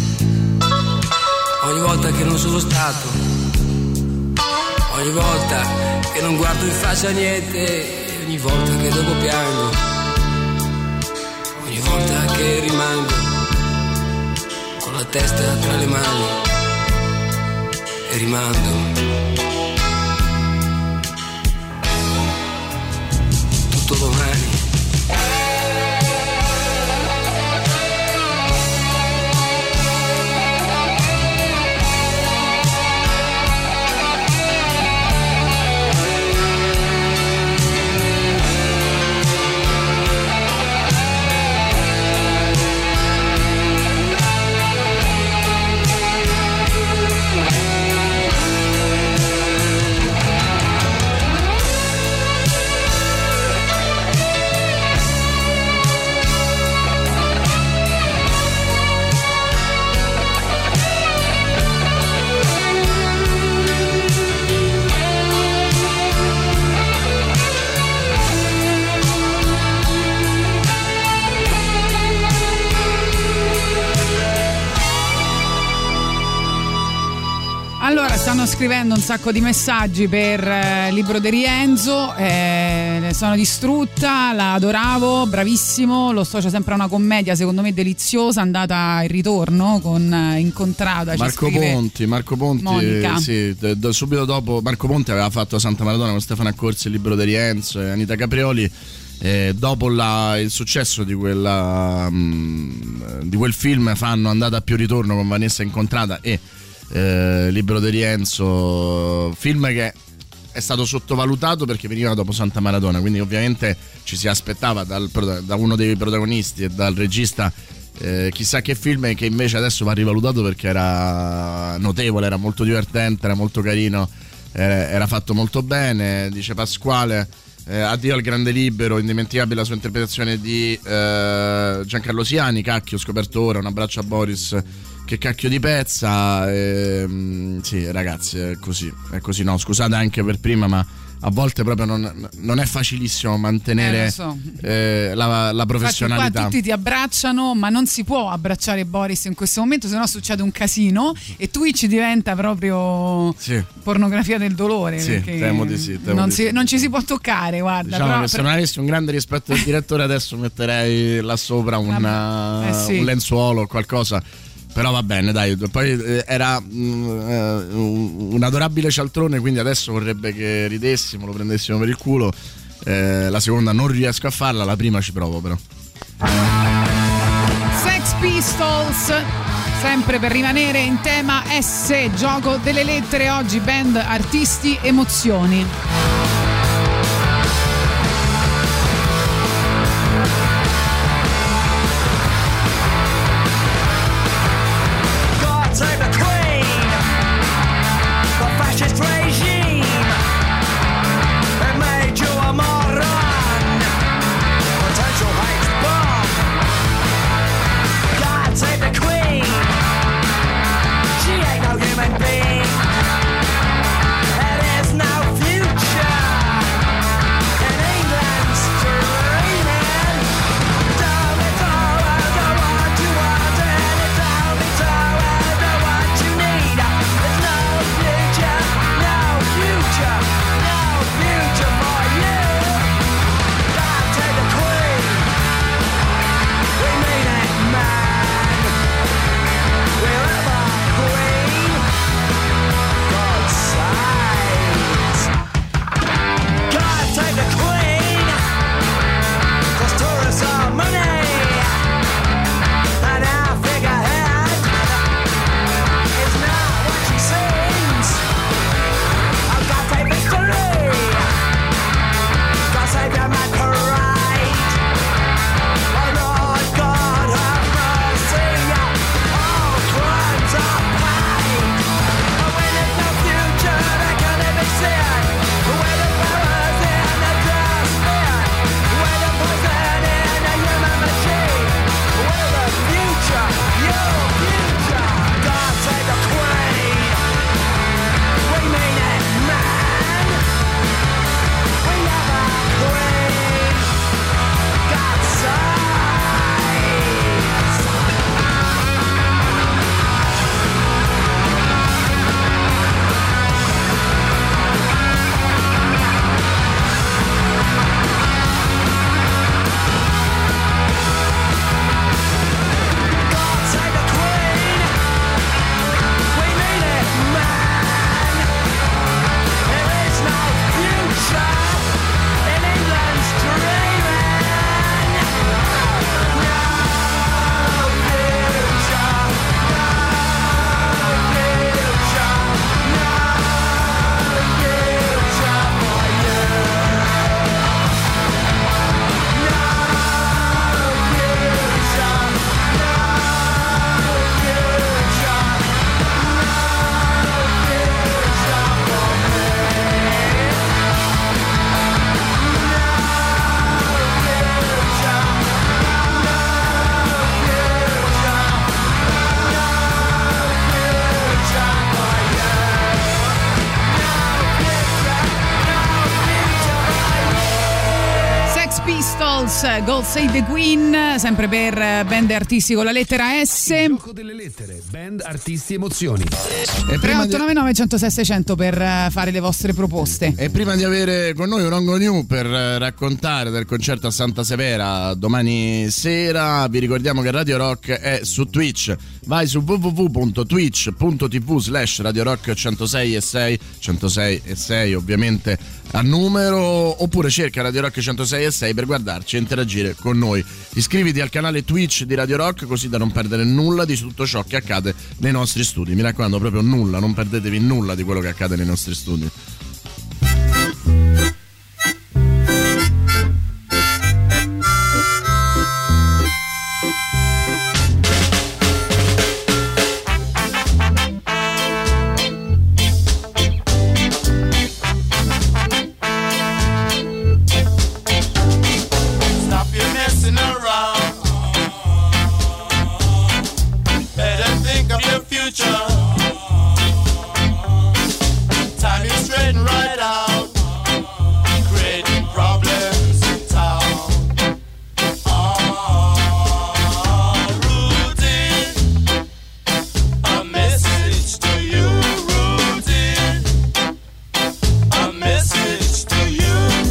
ogni volta che non sono stato, ogni volta che non guardo in faccia a niente, ogni volta che dopo piango, ogni volta che rimango con la testa tra le mani e rimando tutto domani. Stanno scrivendo un sacco di messaggi per il libro di Rienzo, sono distrutta, la adoravo, bravissimo, lo associo sempre a una commedia secondo me deliziosa, andata e ritorno con Incontrata. Marco Ponti Monica. Sì, subito dopo Marco Ponti aveva fatto Santa Maradona con Stefano Accorsi, il libro di Rienzo e Anita Caprioli. Dopo il successo di quel film fanno Andata a più ritorno con Vanessa Incontrata e Libro di Rienzo, film che è stato sottovalutato perché veniva dopo Santa Maradona, quindi ovviamente ci si aspettava da uno dei protagonisti e dal regista chissà che film, che invece adesso va rivalutato perché era notevole, era molto divertente, era molto carino, era fatto molto bene. Dice Pasquale, addio al grande libero, indimenticabile la sua interpretazione di Giancarlo Siani. Cacchio, scoperto ora, un abbraccio a Boris, che cacchio di pezza. Sì ragazzi, è così, no, scusate anche per prima, ma a volte proprio non è facilissimo mantenere la professionalità. Infatti qua tutti ti abbracciano, ma non si può abbracciare Boris in questo momento, sennò succede un casino e Twitch diventa proprio pornografia del dolore. Sì, temo di sì. Non ci si può toccare, guarda. Diciamo però, che se non avessi un grande rispetto del direttore adesso metterei là sopra un lenzuolo o qualcosa. Però va bene, dai, poi era un adorabile cialtrone, quindi adesso vorrebbe che ridessimo, lo prendessimo per il culo. La seconda non riesco a farla, la prima ci provo però. Sex Pistols, sempre per rimanere in tema S, gioco delle lettere, oggi band, artisti, emozioni. God Save the Queen, sempre per band artisti con la lettera S. Il gioco delle lettere, band artisti emozioni. 3899 106 600 per fare le vostre proposte. E prima di avere con noi Rongo New per raccontare del concerto a Santa Severa domani sera, vi ricordiamo che Radio Rock è su Twitch. Vai su www.twitch.tv/Radio Rock 106 e 6 ovviamente a numero, oppure cerca Radio Rock 106 e 6 per guardarci e interagire con noi. Iscriviti al canale Twitch di Radio Rock così da non perdere nulla di tutto ciò che accade nei nostri studi. Mi raccomando, proprio nulla, non perdetevi nulla di quello che accade nei nostri studi. future. Time you straighten right out, creating problems in town. Routine, a message to you. Routine, a message to you.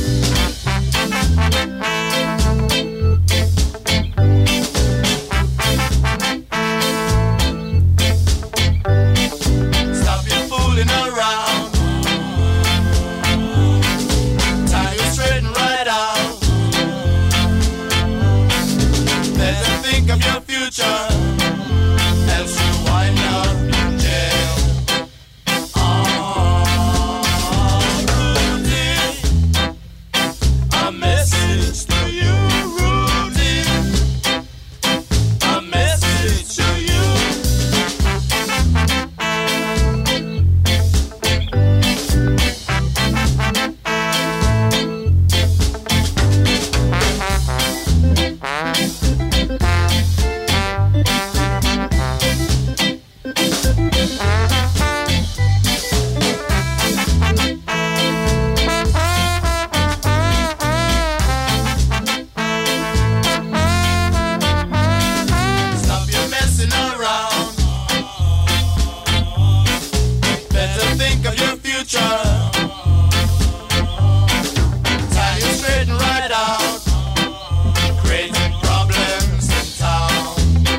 Stop your fooling around. Time you straighten right out. Better think of your future, else you wind up in jail. Routine, a message to you. Routine, a message to you. Stop your messing around. Better think of your future. Time you straighten right out, creating problems in town.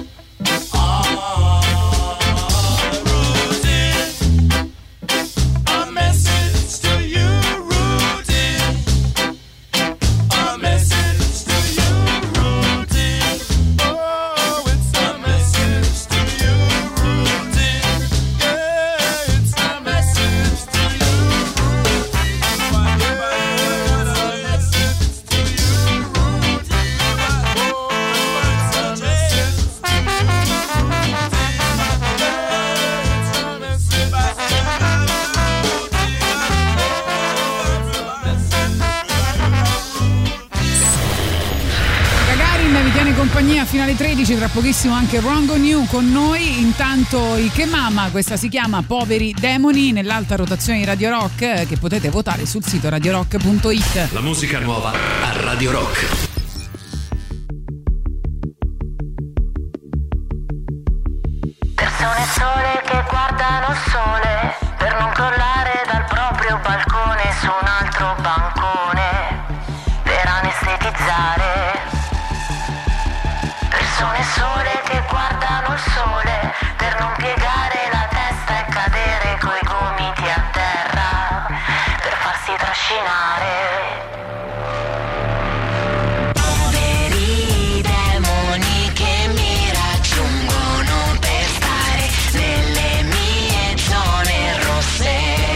Routine, a message to you. Routine, a message to you. Routine, oh, it's a message to you. Routine, yeah, it's a message to you. Gagarin vi tiene compagnia fino alle 13, tra pochissimo anche Wrong on You con noi. Intanto i Che Mama, questa si chiama Poveri Demoni, nell'alta rotazione di Radio Rock, che potete votare sul sito radiorock.it. La musica nuova a Radio Rock. Persone sole che guardano il sole per non crollare dal proprio balcone su un altro bancone per anestetizzare. Persone sole che guardano il sole per non piegare la testa e cadere coi gomiti a terra per farsi trascinare. Poveri demoni che mi raggiungono per stare nelle mie zone rosse.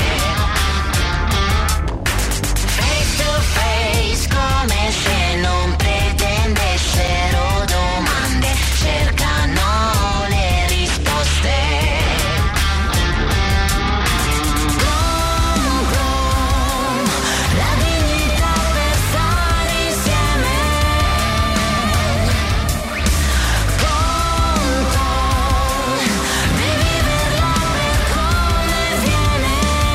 Face to face, come se non pretendessero domande, cercano le risposte. La dignità per stare insieme. Devi viverla per come viene.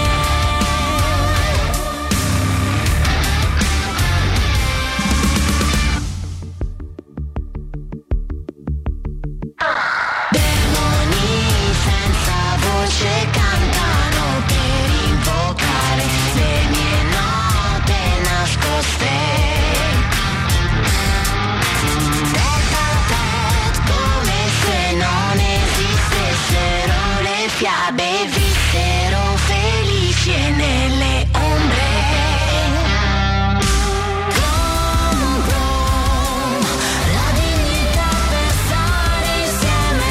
Demoni senza voce cantano per invocare le mie note nascoste. Tête a tête, come se non esistessero le fiabe, vissero felici e nelle ombre. La dignità per stare insieme.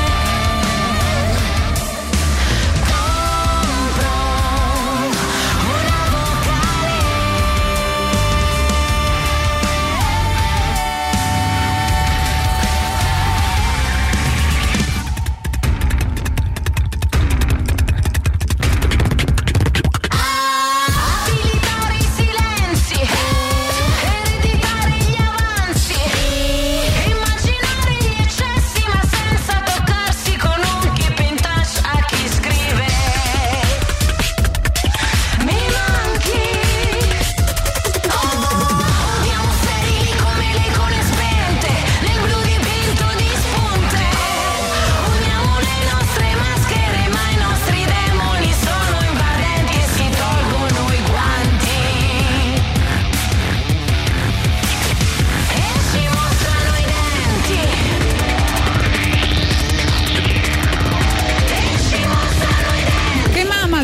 Compro una vocale.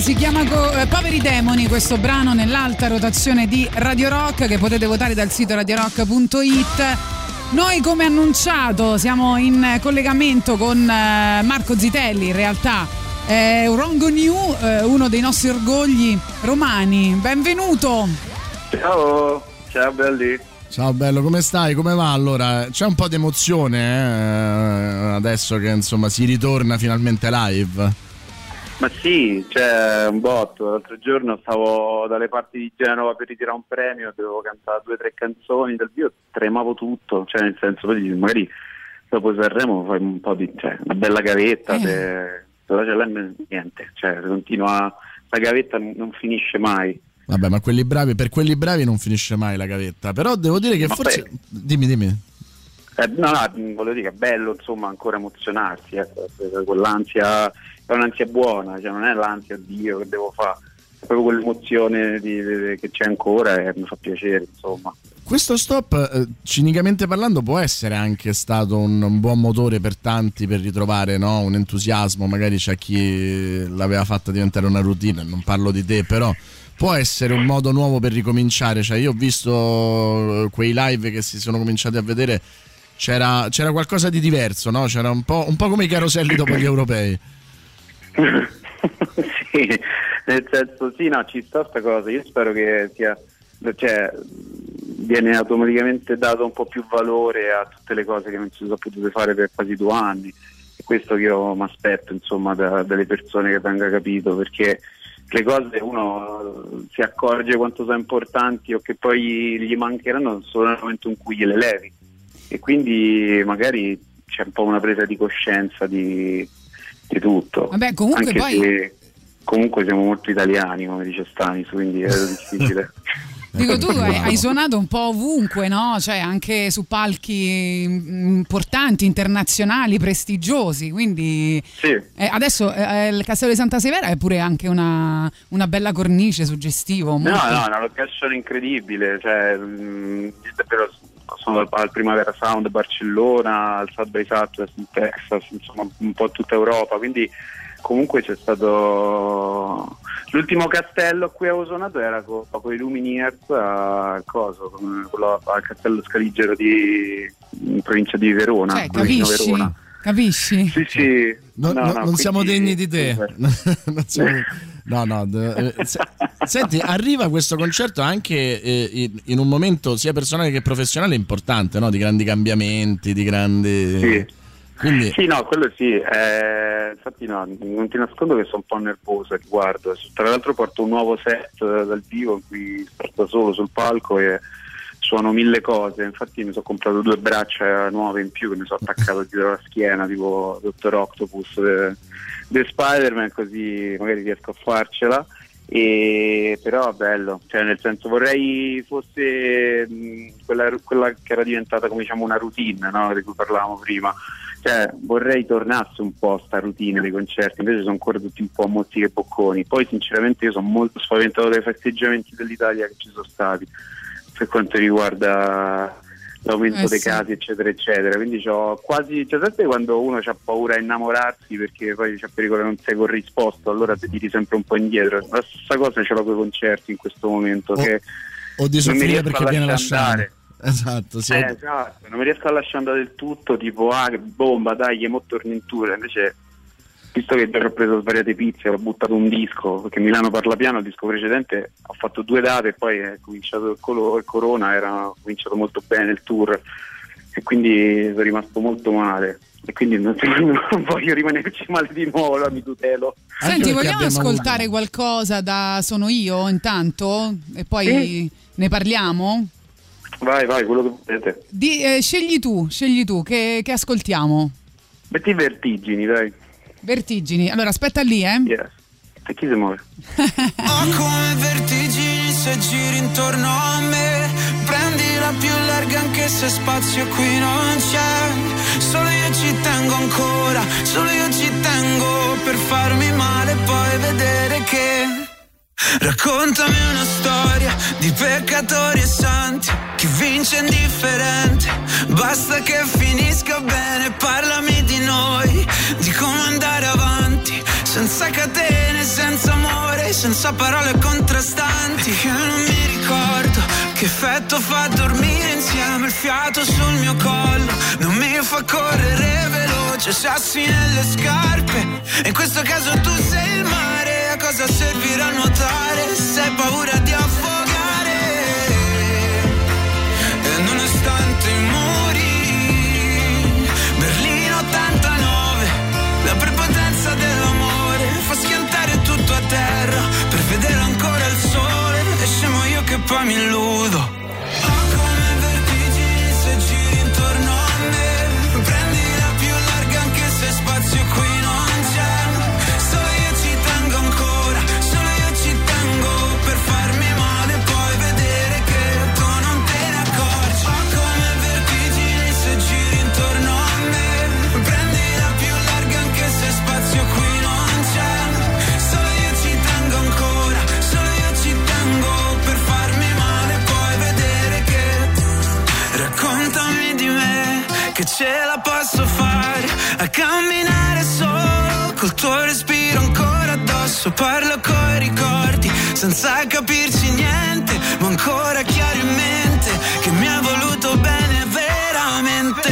si chiama Poveri Demoni, questo brano nell'alta rotazione di Radio Rock che potete votare dal sito radiorock.it. Noi, come annunciato, siamo in collegamento con Marco Zitelli, in realtà Rongo New, uno dei nostri orgogli romani. Benvenuto. Ciao belli. Ciao bello, come stai? Come va allora? C'è un po' di emozione adesso che insomma si ritorna finalmente live? Ma sì, c'è un botto. L'altro giorno stavo dalle parti di Genova per ritirare un premio, dovevo cantare 2 o 3 canzoni dal vivo, tremavo tutto, cioè nel senso, poi magari dopo Sanremo fai un po' di, cioè, una bella gavetta, però c'è niente, cioè continua, la gavetta non finisce mai. Vabbè, ma per quelli bravi non finisce mai la gavetta, però devo dire che forse... Dimmi. No, volevo dire che è bello, insomma, ancora emozionarsi, quell'ansia è un'ansia buona, cioè non è l'ansia Dio che devo fare, è proprio quell'emozione che c'è ancora e mi fa piacere, insomma. Questo stop, cinicamente parlando, può essere anche stato un buon motore per tanti per ritrovare, no, un entusiasmo, magari c'è chi l'aveva fatta diventare una routine, non parlo di te, però può essere un modo nuovo per ricominciare. Cioè, io ho visto quei live che si sono cominciati a vedere, c'era qualcosa di diverso, no? C'era un po' come i caroselli dopo gli europei. Sì, nel senso, sì, no, ci sta sta cosa. Io spero che sia, cioè, viene automaticamente dato un po' più valore a tutte le cose che non si sono potute fare per quasi 2 anni. E questo che io mi aspetto, insomma, dalle persone, che venga capito, perché le cose uno si accorge quanto sono importanti o che poi gli mancheranno solo nel momento in cui gliele levi, e quindi magari c'è un po' una presa di coscienza di tutto. Vabbè, comunque anche poi se comunque siamo molto italiani, come dice Stanis, quindi è difficile. Dico, tu hai suonato un po' ovunque, no? Cioè anche su palchi importanti, internazionali, prestigiosi, quindi sì. Adesso il Castello di Santa Severa è pure anche una bella cornice, suggestivo. No, una location incredibile, cioè davvero, sono al Primavera Sound Barcellona, al South by Southwest in Texas, insomma un po' tutta Europa, quindi comunque c'è stato l'ultimo castello a cui avevo suonato era con i Lumineers al Castello Scaligero in provincia di Verona, cioè, capisci? Sì. Non siamo degni di te. Senti, arriva questo concerto anche in un momento sia personale che professionale importante, no? Di grandi cambiamenti, di grandi... Sì. Quindi... Sì, no, quello sì, infatti no, non ti nascondo che sono un po' nervoso a riguardo. Tra l'altro porto un nuovo set dal vivo in cui sto da solo sul palco e suono 1000 cose, infatti mi sono comprato 2 braccia nuove in più che mi sono attaccato dietro la schiena, tipo Dr. Octopus di Spider-Man, così magari riesco a farcela. E però bello, cioè nel senso vorrei fosse quella che era diventata, come diciamo, una routine, no? Di cui parlavamo prima, cioè vorrei tornasse un po' sta routine dei concerti, invece sono ancora tutti un po' mozziche e bocconi. Poi sinceramente io sono molto spaventato dai festeggiamenti dell'Italia che ci sono stati per quanto riguarda l'aumento dei casi eccetera eccetera, quindi sempre quando uno ha paura a innamorarsi perché poi c'è pericolo che non sei corrisposto, allora ti tiri sempre un po' indietro. La stessa cosa ce l'ho con i concerti in questo momento, che o di soffrire perché viene lasciato. Esatto, sì. Esatto, non mi riesco a lasciare andare del tutto, tipo che bomba, dai, mo torno in tour. Invece, visto che già ho preso svariate pizze, ho buttato un disco, perché Milano Parla Piano, il disco precedente, ho fatto 2 date e poi è cominciato il Corona, era cominciato molto bene il tour e quindi sono rimasto molto male e quindi non voglio rimanerci male di nuovo, allora mi tutelo. Senti, vogliamo ascoltare qualcosa da Sono Io intanto e poi ne parliamo? Vai, quello che volete. Scegli tu, che ascoltiamo? Metti Vertigini, dai. Vertigini, allora aspetta lì, Yes. E chi si muove? Ho come vertigini se giri intorno a me. Prendila più larga anche se spazio qui non c'è. Solo io ci tengo ancora, solo io ci tengo per farmi male e poi vedere che... Raccontami una storia di peccatori e santi, chi vince indifferente, basta che finisca bene. Parlami di noi, di come andare avanti, senza catene, senza amore, senza parole contrastanti. Che non mi ricordo che effetto fa dormire insieme, il fiato sul mio collo non mi fa correre veloce, sassi nelle scarpe. E in questo caso tu sei il mare, a cosa servirà nuotare se hai paura di affogare? E nonostante i muri, Berlino 89, la prepotenza dell'amore fa schiantare tutto a terra per vedere ancora il sole. E scemo io che poi mi illudo. Ho come vertigini se giri intorno a me, prendila più larga anche se spazio qui non c'è. Solo io ci tengo ancora, solo io ci tengo per farmi male e poi vedere che tu non te ne accorgi. Ho come vertigini se giri intorno a me, prendila più larga anche se spazio qui non c'è. Solo io ci tengo ancora, solo io ci tengo per farmi male e poi vedere che raccontami di me, che ce la posso fare a camminare solo col tuo respiro ancora addosso. Parlo coi ricordi senza capirci niente, ma ancora chiaro in mente che mi ha voluto bene veramente.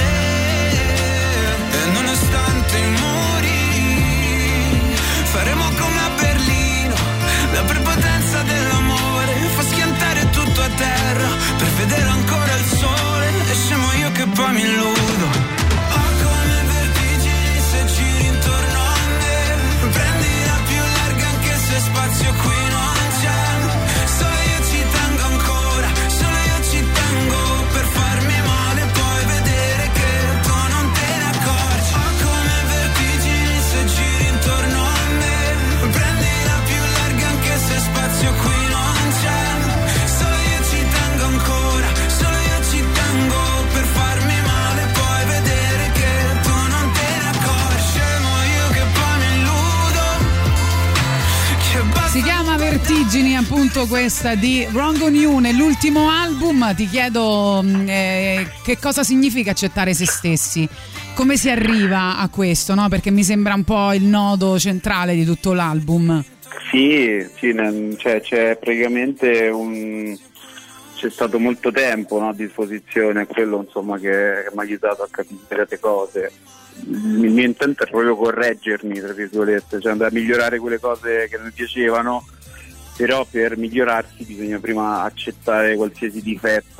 E nonostante i muri faremo come a Berlino, la prepotenza dell'amore fa schiantare tutto a terra per vedere ancora il sole. E scemo io che poi mi illudo. Ho come vertigini se giri intorno a me, prendila più larga anche se spazio qui non c'è. Solo io ci tengo ancora, solo io ci tengo per farmi male e poi vedere che tu non te ne accorgi. Ho come vertigini se giri intorno a me, prendila più larga anche se spazio qui non c'è. Solo io ci tengo ancora, solo io ci tengo per farmi male e poi vedere che tu non te ne accorgi. Scemo io che poi mi illudo, che basta. Si chiama Vertigini, appunto, questa di Wrong on You, nell'ultimo album. Ti chiedo che cosa significa accettare se stessi, come si arriva a questo, no? Perché mi sembra un po' il nodo centrale di tutto l'album. Sì, cioè, c'è praticamente c'è stato molto tempo, no, a disposizione, quello insomma che mi ha aiutato a capire delle cose. Il mio intento è proprio correggermi, tra virgolette, cioè andare a migliorare quelle cose che non mi piacevano, però per migliorarsi bisogna prima accettare qualsiasi difetto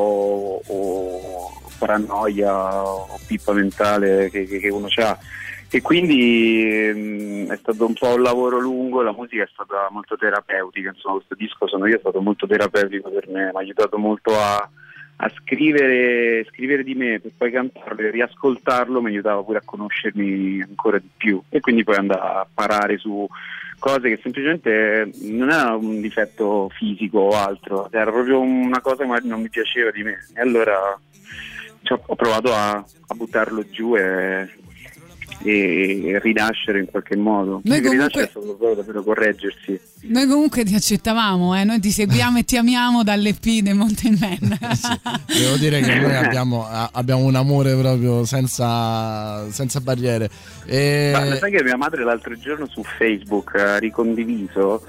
o paranoia o pippa mentale che uno ha. E quindi è stato un po' un lavoro lungo, la musica è stata molto terapeutica, insomma questo disco sono io, è stato molto terapeutico per me, mi ha aiutato molto a scrivere di me, per poi cantarlo e riascoltarlo mi aiutava pure a conoscermi ancora di più, e quindi poi andare a parare su cose che semplicemente non era un difetto fisico o altro, era proprio una cosa che magari non mi piaceva di me, e allora ho provato a buttarlo giù e rinascere in qualche modo. Rinascere è stato proprio davvero correggersi. Noi comunque ti accettavamo, noi ti seguiamo e ti amiamo dall'EP dei Mountain Man. Devo dire che noi abbiamo un amore proprio senza barriere. Ma sai che mia madre l'altro giorno su Facebook ha ricondiviso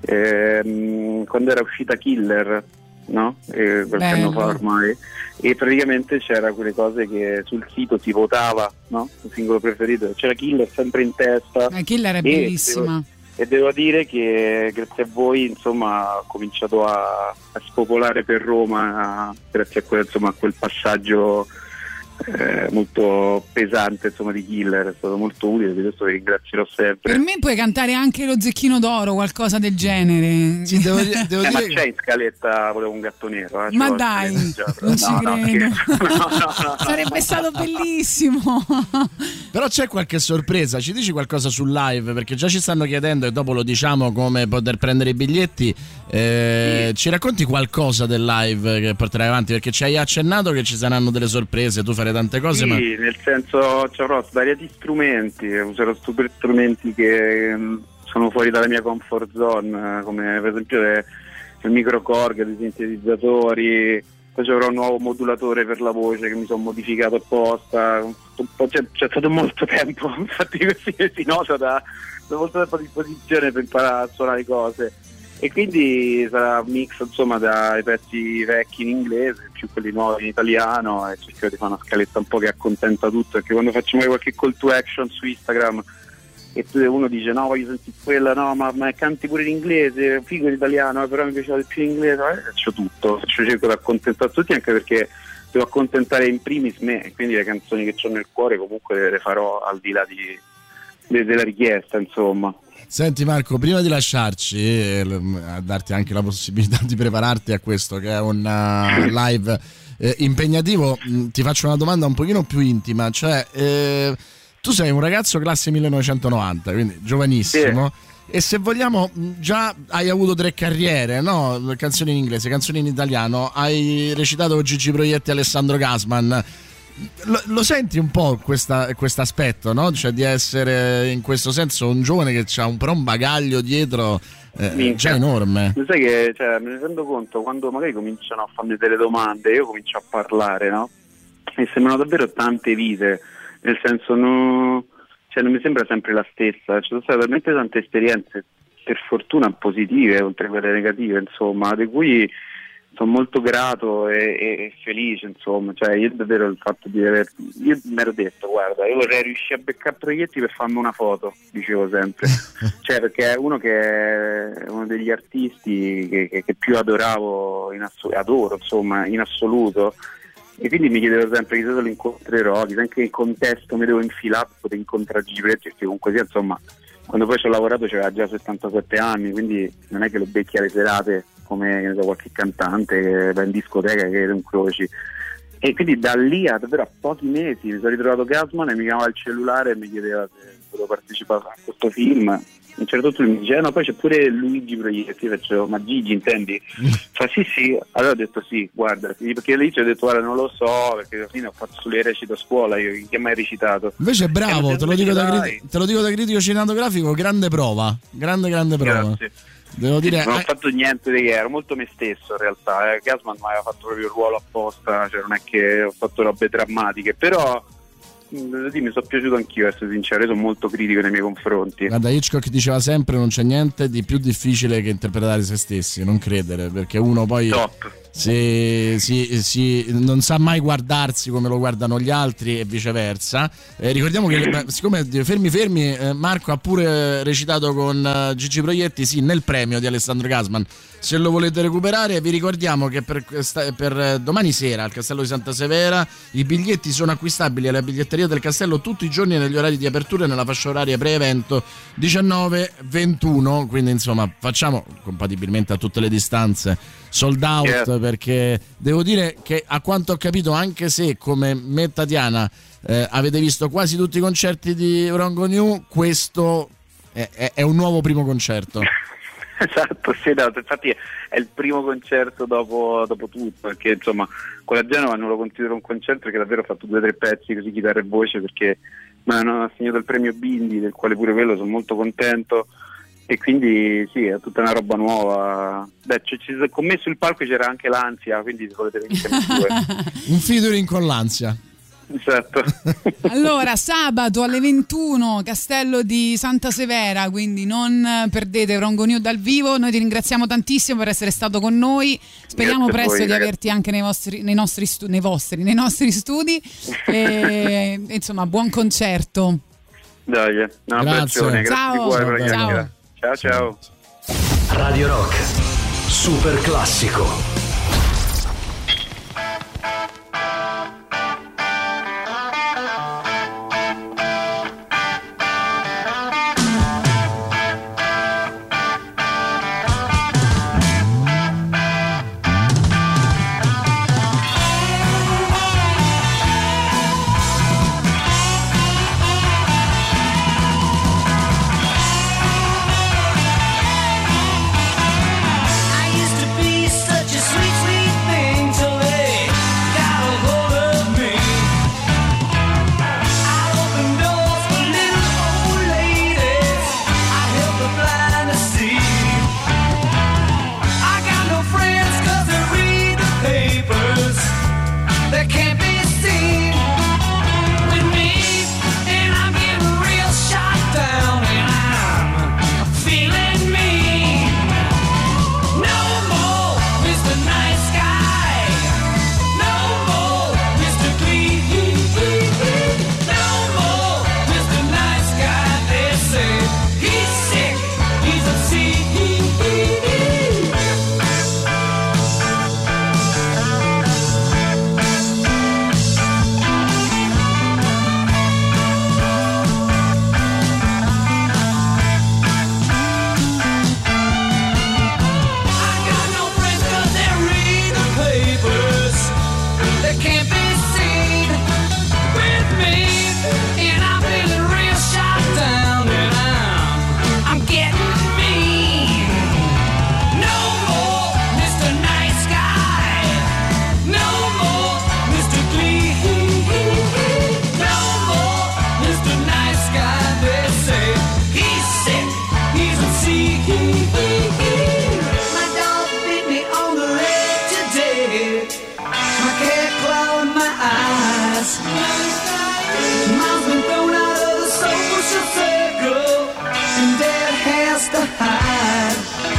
quando era uscita Killer, no? Qualche anno fa ormai, e praticamente c'era quelle cose che sul sito si votava, no? Il singolo preferito, c'era Killer sempre in testa. Killer è bellissima. E devo dire che grazie a voi insomma ho cominciato a spopolare per Roma grazie a quel passaggio molto pesante insomma di Killer, è stato molto utile, di questo vi ringrazierò sempre. Per me puoi cantare anche lo Zecchino d'Oro, qualcosa del genere. Sì, devo dire ma c'è in scaletta volevo un gatto nero, ma dai, non ci credo. No. Sarebbe stato bellissimo. Però c'è qualche sorpresa, ci dici qualcosa sul live, perché già ci stanno chiedendo e dopo lo diciamo come poter prendere i biglietti. Ci racconti qualcosa del live che porterai avanti, perché ci hai accennato che ci saranno delle sorprese, tu farai tante cose. Sì, ma nel senso ci avrò svariati strumenti, userò super strumenti che sono fuori dalla mia comfort zone, come per esempio il microcorg, dei sintetizzatori, poi c'avrò un nuovo modulatore per la voce che mi sono modificato apposta, c'è stato molto tempo, infatti si nota da molto tempo a disposizione per imparare a suonare cose, e quindi sarà un mix insomma dai pezzi vecchi in inglese più quelli nuovi in italiano, e cercherò di fare una scaletta un po' che accontenta tutto, perché quando facciamo qualche call to action su Instagram e uno dice no voglio sentire quella, no ma canti pure in inglese, figo l'italiano, però mi piaceva di più in inglese, faccio tutto, cerco di accontentare tutti, anche perché devo accontentare in primis me, e quindi le canzoni che ho nel cuore comunque le farò al di là della richiesta, insomma. Senti Marco, prima di lasciarci, a darti anche la possibilità di prepararti a questo che è un live impegnativo, ti faccio una domanda un pochino più intima, cioè tu sei un ragazzo classe 1990, quindi giovanissimo, sì. E se vogliamo già hai avuto 3 carriere, no? Canzoni in inglese, canzoni in italiano, hai recitato con Gigi Proietti e Alessandro Gasman. Lo senti un po' questo aspetto, no? Cioè di essere in questo senso un giovane che ha però un bagaglio dietro già enorme. Lo sai che me ne rendo conto quando magari cominciano a farmi delle domande, io comincio a parlare, no? E sembrano davvero tante vite, nel senso non mi sembra sempre la stessa, ci sono state talmente tante esperienze, per fortuna positive oltre a quelle negative, insomma, di cui sono molto grato e felice, insomma, cioè io davvero il fatto di io mi ero detto guarda, io vorrei riuscire a beccare Proietti per farmi una foto, dicevo sempre cioè perché è uno degli artisti che più adoravo adoro insomma in assoluto, e quindi mi chiedevo sempre chissà se lo incontrerò, chissà anche in contesto mi devo infilare per poter incontrare Gigi Proietti, perché comunque sia insomma quando poi ci ho lavorato c'aveva già 77 anni, quindi non è che lo becchi alle serate come qualche cantante che va in discoteca che lo incroci, e quindi da lì davvero a pochi mesi mi sono ritrovato Gasman e mi chiamava il cellulare e mi chiedeva se volevo partecipare a questo film. A un certo punto mi dice no, poi c'è pure Luigi Proietti, faccio ma Gigi intendi? Fa sì, allora ho detto sì, guarda, perché lì ci ho detto guarda non lo so, perché alla fine ho fatto solo le recite a scuola, io che mai recitato. Invece bravo, te lo dico da critico cinematografico, grande prova. Grazie. Devo dire, non ho fatto niente di che, ero molto me stesso in realtà, Gasman mi aveva fatto proprio il ruolo apposta, cioè non è che ho fatto robe drammatiche, però sì, mi sono piaciuto anch'io, essere sincero, io sono molto critico nei miei confronti. Guarda, Hitchcock diceva sempre non c'è niente di più difficile che interpretare se stessi, non credere, perché uno poi non sa mai guardarsi come lo guardano gli altri e viceversa. Ricordiamo che siccome fermi Marco ha pure recitato con Gigi Proietti nel premio di Alessandro Gasman, se lo volete recuperare vi ricordiamo che per domani sera al Castello di Santa Severa i biglietti sono acquistabili alla biglietteria del Castello tutti i giorni negli orari di apertura e nella fascia oraria pre-evento 19-21, quindi insomma facciamo compatibilmente a tutte le distanze sold out, perché devo dire che a quanto ho capito, anche se come me e Tatiana avete visto quasi tutti i concerti di Rongo New, questo è un nuovo primo concerto. Esatto, sì, no, infatti è il primo concerto dopo tutto, perché insomma con la Genova non lo considero un concerto perché davvero ho fatto 2 o 3 pezzi così, chitarra e voce, perché mi hanno assegnato il premio Bindi, del quale pure quello sono molto contento, e quindi sì, è tutta una roba nuova. Beh, con me sul palco c'era anche l'Ansia, quindi se volete venire due. Un featuring con l'Ansia. Esatto. Allora sabato alle 21 Castello di Santa Severa, quindi non perdete Rongo New dal vivo. Noi ti ringraziamo tantissimo per essere stato con noi, speriamo presto di averti anche nei nostri studi e insomma buon concerto. Dai, un abbraccione, grazie di cuore per la chiacchiera. Ciao. Radio Rock Super Classico. I used to be such a just to hide.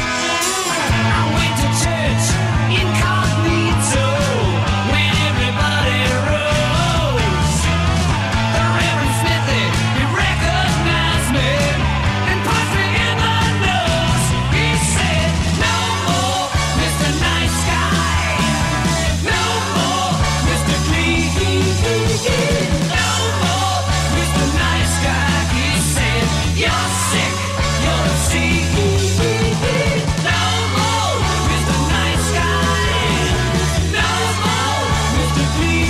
I went to church incognito when everybody rose. The Reverend Smithy, he recognized me and punched me in the nose. He said, no more, Mr. Nice Guy. No more, Mr. Clean. No more, Mr. Nice Guy. He said, you're sick, you're a sea. No more, Mr. Nice Guy. No more, Mr.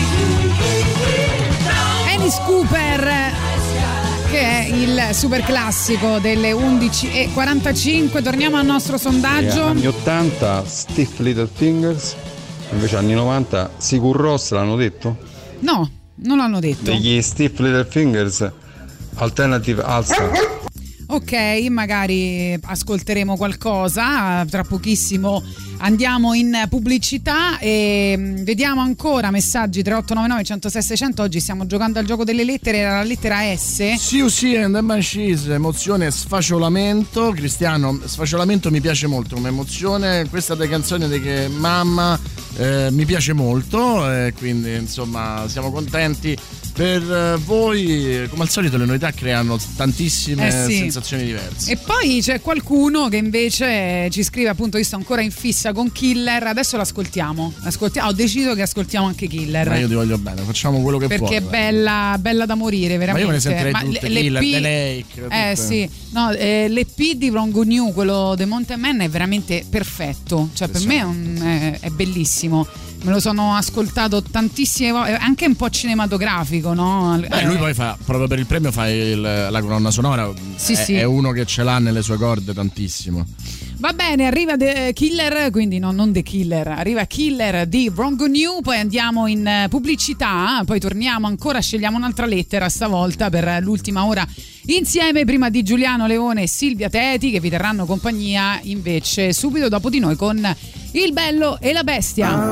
Clean. Alice Cooper, che è il super classico delle 11:45. Torniamo al nostro sondaggio. Anni 80 Stiff Little Fingers, invece anni 90 Sigur Rós, l'hanno detto? No, non l'hanno detto. Degli Stiff Little Fingers, Alternative Ulster. Ok, magari ascolteremo qualcosa. Tra pochissimo andiamo in pubblicità e vediamo ancora messaggi 3899 106 600. Oggi stiamo giocando al gioco delle lettere, era la lettera S. Sì, and the Banshees, emozione e sfaciolamento. Cristiano, sfaciolamento mi piace molto come emozione. Questa delle canzoni di che mamma mi piace molto, quindi insomma siamo contenti. Per voi, come al solito, le novità creano tantissime sensazioni diverse. E poi c'è qualcuno che invece ci scrive, appunto, io sto ancora in fissa con Killer. Adesso l'ascoltiamo. Ho deciso che ascoltiamo anche Killer. Ma io ti voglio bene, facciamo quello che puoi. Perché è bella da morire, veramente. Ma io me ne sentirei tutte, Killer, The Lake. Tutte. Sì. No, l'EP di Wrong on You, quello The Mountain Man, è veramente perfetto. Cioè, per me è bellissimo. Me lo sono ascoltato tantissime volte, anche un po' cinematografico, no? Lui poi fa, proprio per il premio, fa la colonna sonora. Sì. È uno che ce l'ha nelle sue corde tantissimo. Va bene, arriva The Killer, quindi no, non The Killer, arriva Killer di Wrong on You, poi andiamo in pubblicità, poi torniamo ancora, scegliamo un'altra lettera stavolta per l'ultima ora insieme, prima di Giuliano Leone e Silvia Teti, che vi terranno compagnia invece subito dopo di noi con Il Bello e la Bestia. I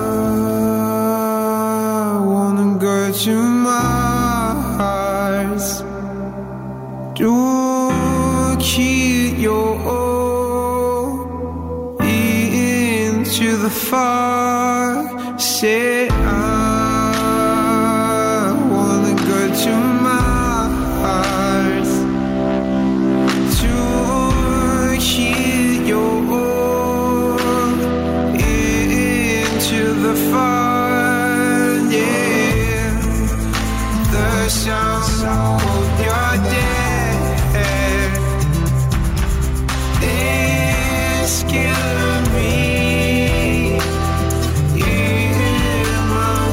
wanna go to Mars to keep your into the far side. I wanna go to Mars to keep your into the far, yeah. The sound of your death is killing me in my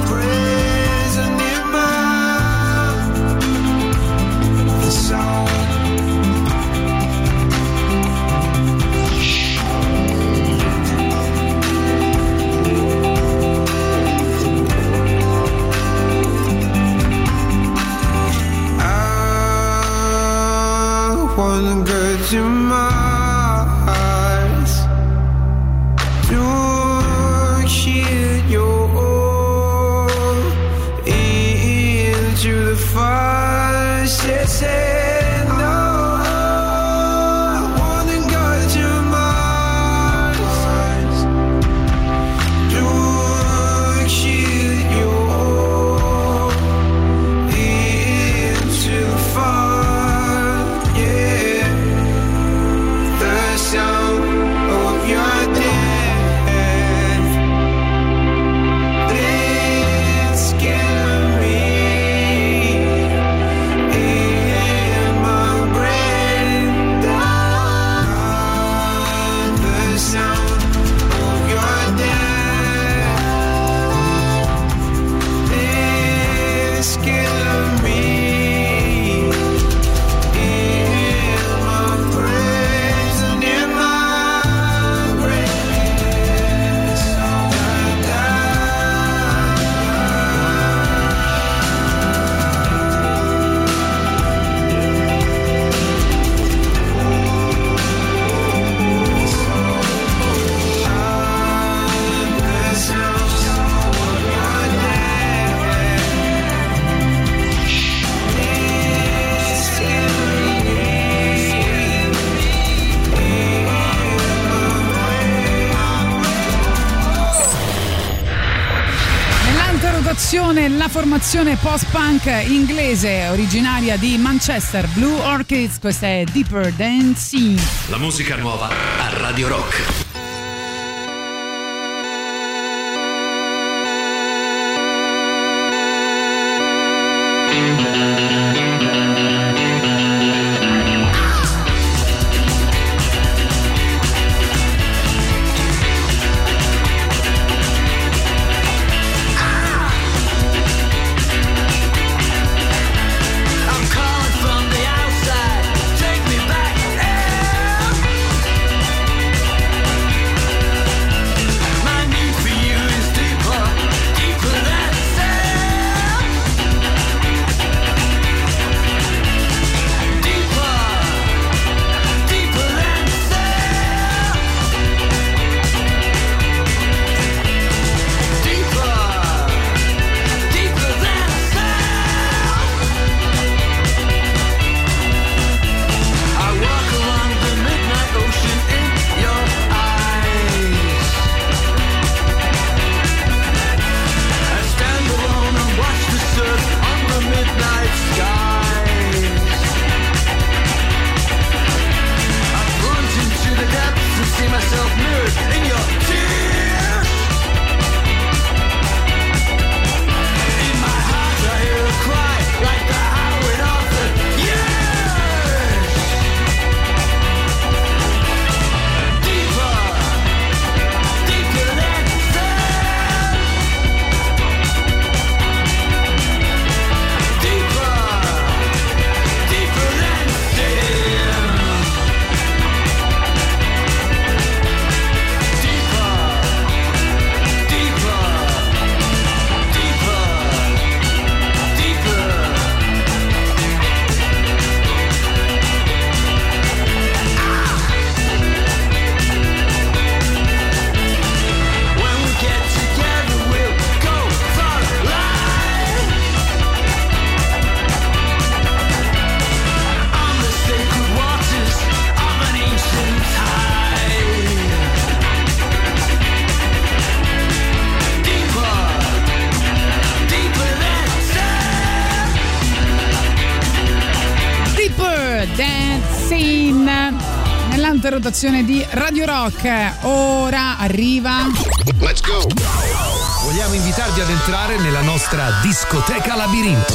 formazione, la formazione post-punk inglese originaria di Manchester, Blue Orchids, questa è Deeper Than Sea. La musica nuova a Radio Rock. Rotazione di Radio Rock. Ora arriva. Let's go! Vogliamo invitarvi ad entrare nella nostra discoteca Labirinto.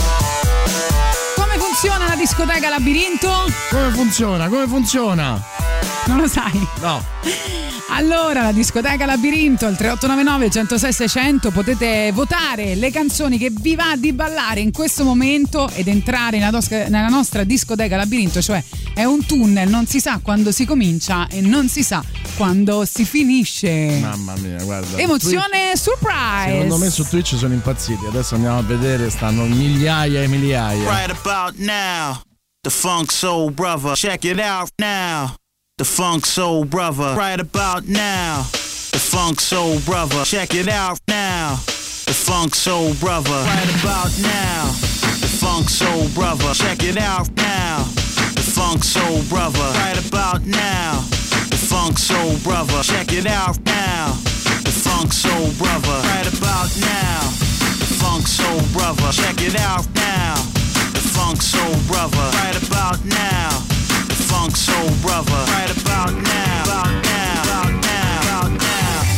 Come funziona la discoteca Labirinto? Come funziona? Non lo sai? No. Allora, la discoteca Labirinto, il 3899 106 600, potete votare le canzoni che vi va di ballare in questo momento ed entrare nella nostra discoteca Labirinto, cioè è un tunnel, non si sa quando si comincia e non si sa quando si finisce. Mamma mia, guarda. Emozione surprise. Secondo me su Twitch sono impazziti. Adesso andiamo a vedere, stanno migliaia e migliaia. Right about now, the Funk Soul Brother. Check it out now. The Funk Soul Brother. Right about now, the Funk Soul Brother. Check it out now. The Funk Soul Brother. Right about now, the Funk Soul Brother. Check it out now. The Funk Soul Brother. Right about now, the Funk Soul Brother. Check it out now. The Funk Soul Brother. Right about now, the Funk Soul Brother. Check it out now. The Funk Soul Brother. Right about now. The Funk Soul Brother. Right about now. About now. About now. About now.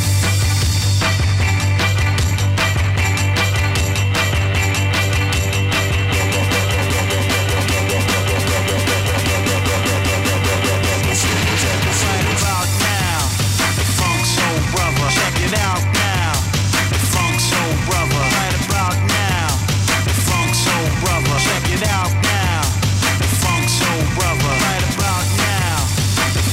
Right about now. The Funk Soul Brother. Check it out now. The Funk Soul Brother. Right about now. The Funk Soul Brother. Check it out now. The Funk Soul Brother. Right about now. The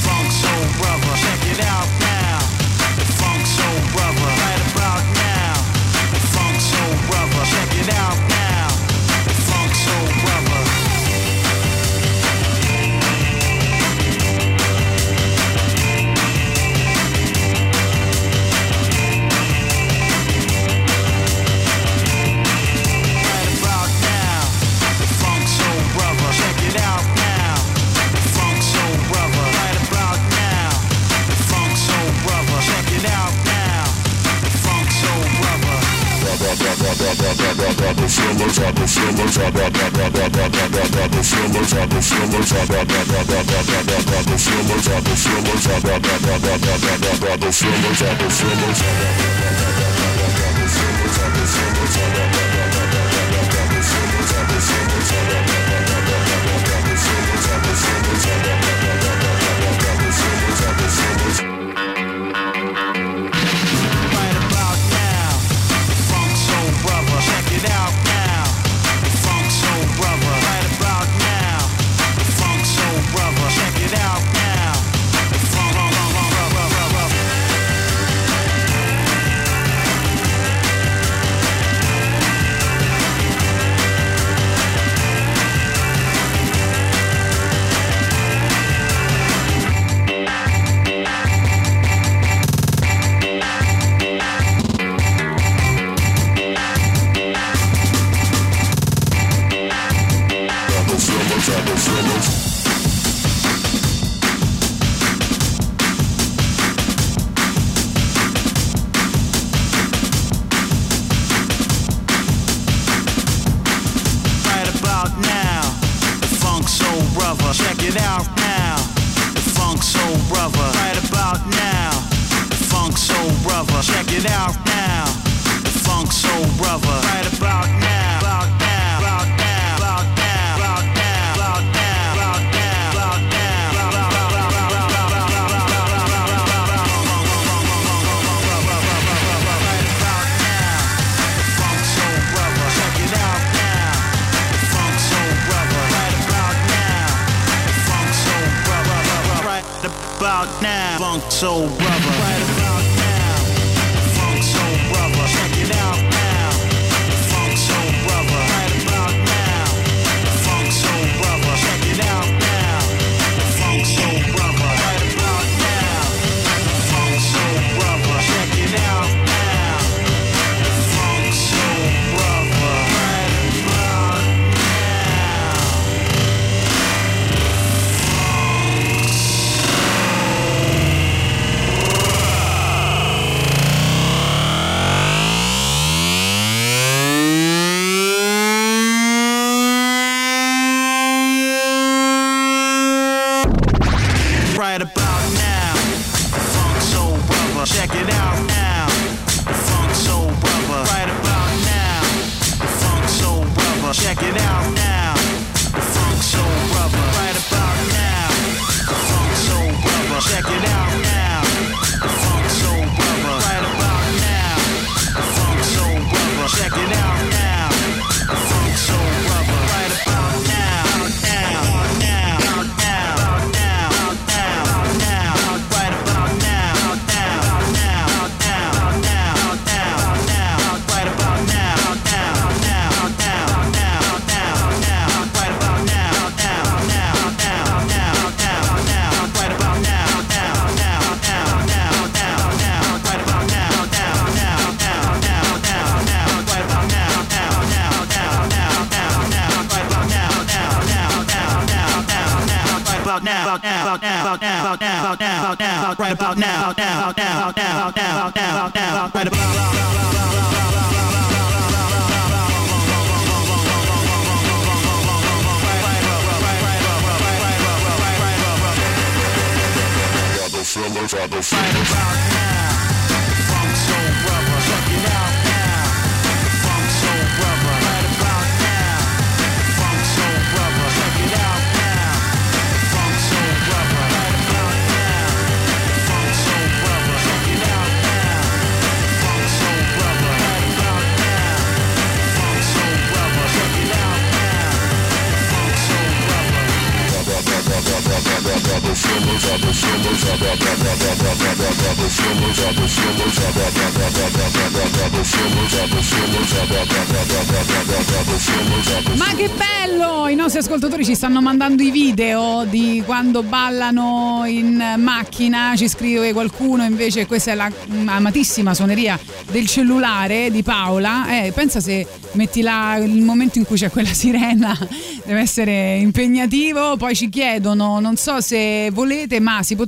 Ma che bello! I nostri ascoltatori ci stanno mandando i video di quando ballano in macchina. Ci scrive qualcuno invece questa è la amatissima suoneria del cellulare di Paola. Pensa se metti là il momento in cui c'è quella sirena, deve essere impegnativo. Poi ci chiedono, non so se volete, ma si potrebbe mettere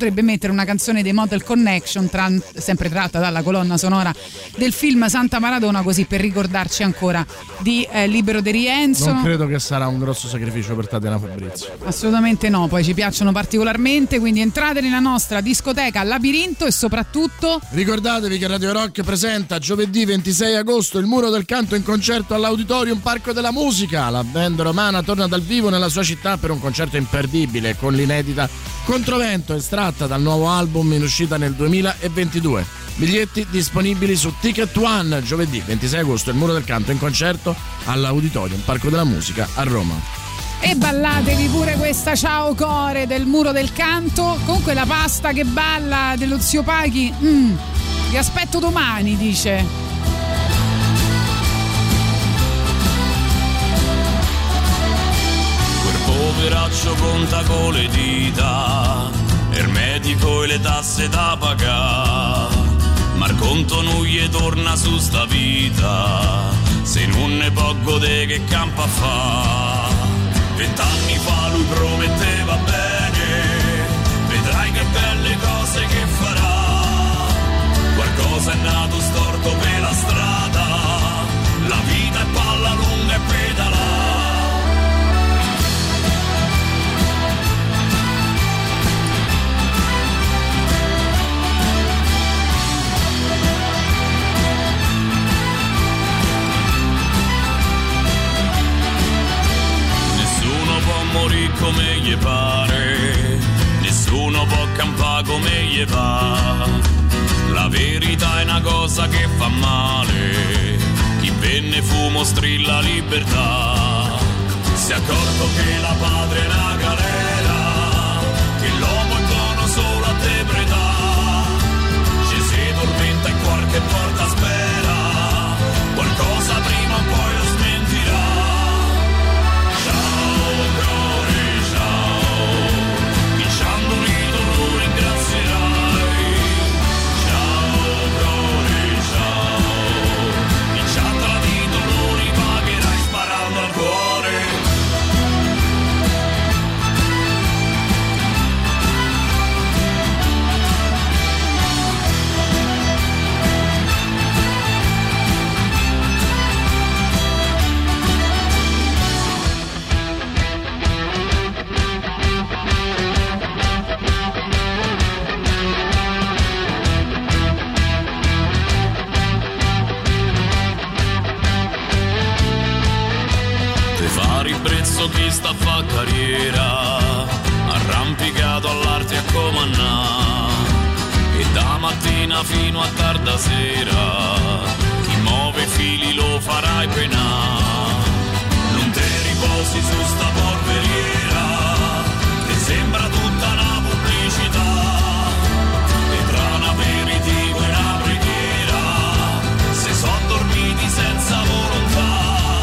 mentre una canzone dei Motel Connection, sempre tratta dalla colonna sonora del film Santa Maradona, così per ricordarci ancora di Libero De Rienzo. Non credo che sarà un grosso sacrificio per Tatiana Fabrizio. Assolutamente no, poi ci piacciono particolarmente, quindi entrate nella nostra discoteca Labirinto e soprattutto ricordatevi che Radio Rock presenta giovedì 26 agosto il Muro del Canto in concerto all'Auditorium Parco della Musica. La band romana torna dal vivo nella sua città per un concerto imperdibile con l'inedita Controvento, estratta dal nuovo album in uscita nel 2022. Biglietti disponibili su Ticket One. Giovedì 26 agosto il Muro del Canto in concerto all'Auditorium Parco della Musica a Roma. E ballatevi pure questa Ciao Core del Muro del Canto. Comunque la pasta che balla dello zio Pachi, vi aspetto domani, dice. Quel poveraccio conta con le dita, il medico e le tasse da pagare, ma il conto non gli torna su sta vita, se non ne può godere che campa fa. 20 anni fa lui prometteva bene, vedrai che belle cose che farà. Qualcosa è nato storto per la strada, la vita è palla lunga e pedala. Morì come gli pare, nessuno può campare come gli va. La verità è una cosa che fa male, chi venne fumo strilla libertà. Si è accorto che la patria è una galera, che l'uomo è buono solo a depredare. Ci si tormenta e qualche porta spera, qualcosa prima o poi lo smentirà. Chi sta a fa carriera, arrampicato all'arte a comandare, e da mattina fino a tarda sera, chi muove fili lo farai penare. Non te riposi su sta polveriera, che sembra tutta una pubblicità, e tra un aperitivo e una preghiera, se son dormiti senza volontà.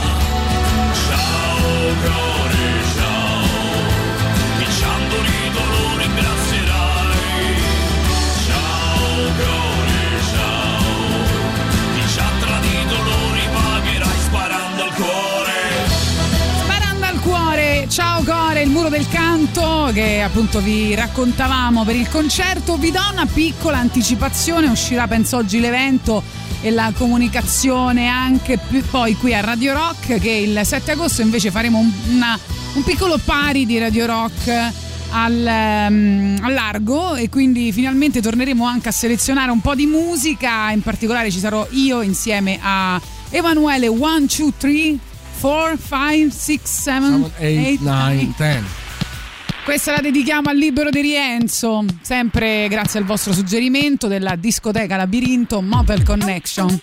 Cuore, ciao, picciandoli lo ringrazierai. Ciao, cuore, ciao, chi ci ha tradito lo ripagherai sparando al cuore. Sparando al cuore, ciao Core, il Muro del Canto che appunto vi raccontavamo per il concerto. Vi do una piccola anticipazione, uscirà penso oggi l'evento e la comunicazione anche poi qui a Radio Rock, che il 7 agosto invece faremo un piccolo party di Radio Rock al largo, e quindi finalmente torneremo anche a selezionare un po' di musica. In particolare ci sarò io insieme a Emanuele 1, 2, 3, 4, 5, 6, 7, 8, 9, 10. Questa la dedichiamo al Libero De Rienzo, sempre grazie al vostro suggerimento della discoteca Labirinto Motel Connection.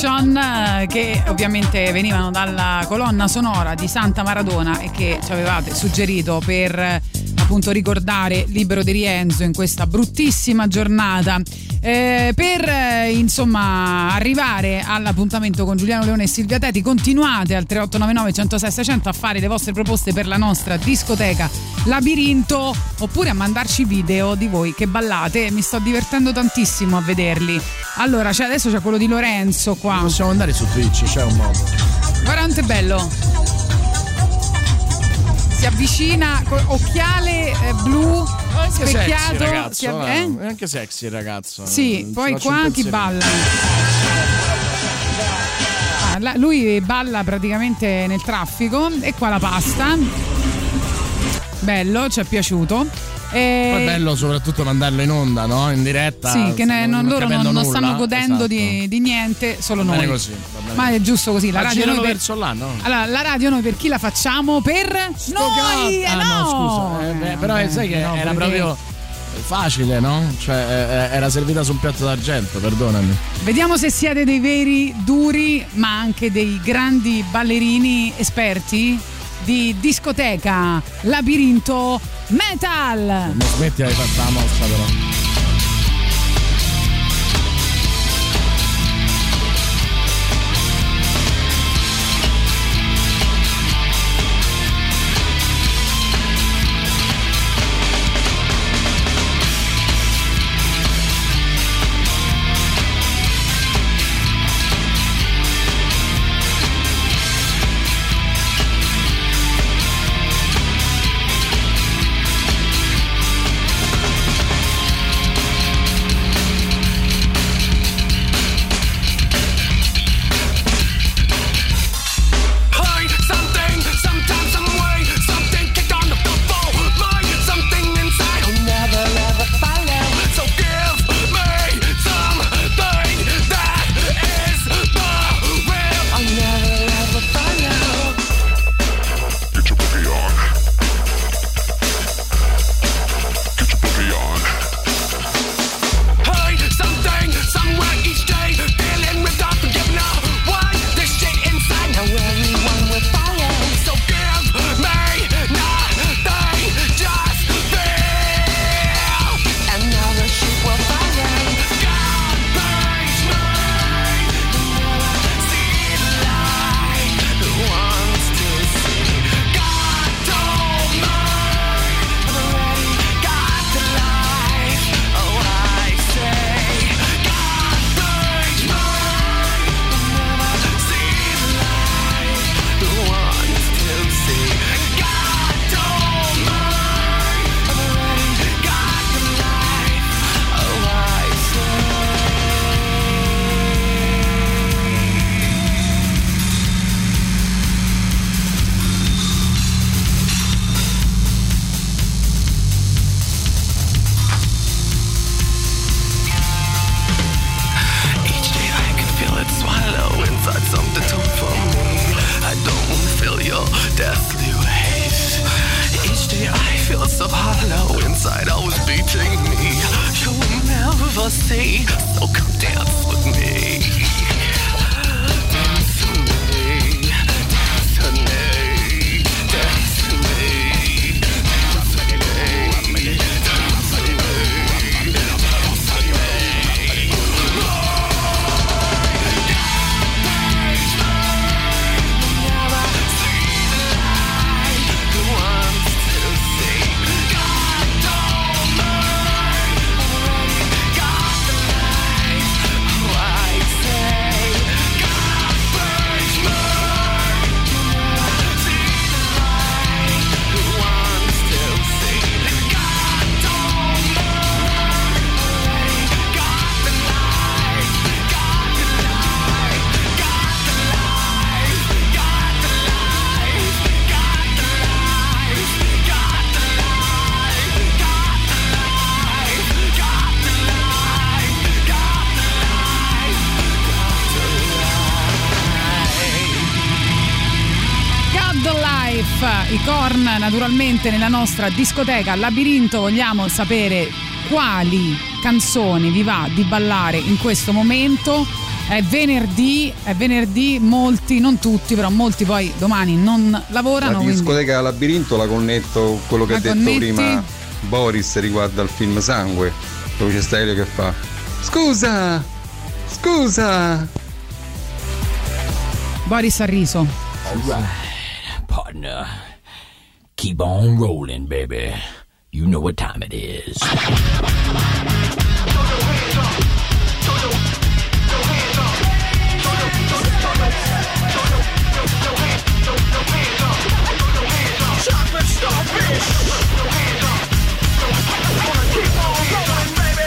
Station, che ovviamente venivano dalla colonna sonora di Santa Maradona e che ci avevate suggerito per appunto ricordare Libero di Rienzo in questa bruttissima giornata. Per insomma arrivare all'appuntamento con Giuliano Leone e Silvia Teti, continuate al 3899 106 600 a fare le vostre proposte per la nostra discoteca Labirinto, oppure a mandarci video di voi che ballate. Mi sto divertendo tantissimo a vederli. Allora adesso c'è quello di Lorenzo qua. Possiamo andare su Twitch, c'è un modo. Guarda quanto è bello, si avvicina, occhiale blu specchiato, sexy, ragazzo, è anche sexy il ragazzo. Sì, poi qua chi balla? Lui balla praticamente nel traffico, e qua la pasta. Bello, ci è piaciuto. Poi è bello soprattutto mandarlo in onda, no? In diretta. Sì, che loro non stanno nulla, godendo esatto. di niente, solo va noi. Bene così, va bene. Ma è giusto così. La radio noi verso là, no? Allora, la radio noi per chi la facciamo? Per noi! No, scusa. Però sai che era proprio facile, no? Cioè era servita su un piatto d'argento, perdonami. Vediamo se siete dei veri duri, ma anche dei grandi ballerini esperti di discoteca Labirinto Metal. Non smetti di fare la mossa però. I Korn naturalmente nella nostra discoteca Labirinto. Vogliamo sapere quali canzoni vi va di ballare in questo momento. È venerdì, molti, non tutti, però molti poi domani non lavorano. La discoteca Labirinto la connetto con quello che ha detto connetti? prima Boris riguardo al film Sangue, dove c'è Stelio che fa scusa. Boris ha riso. Alright, partner. Keep on rolling, baby. You know what time it is. Chocolate starfish. Wanna keep on going, baby.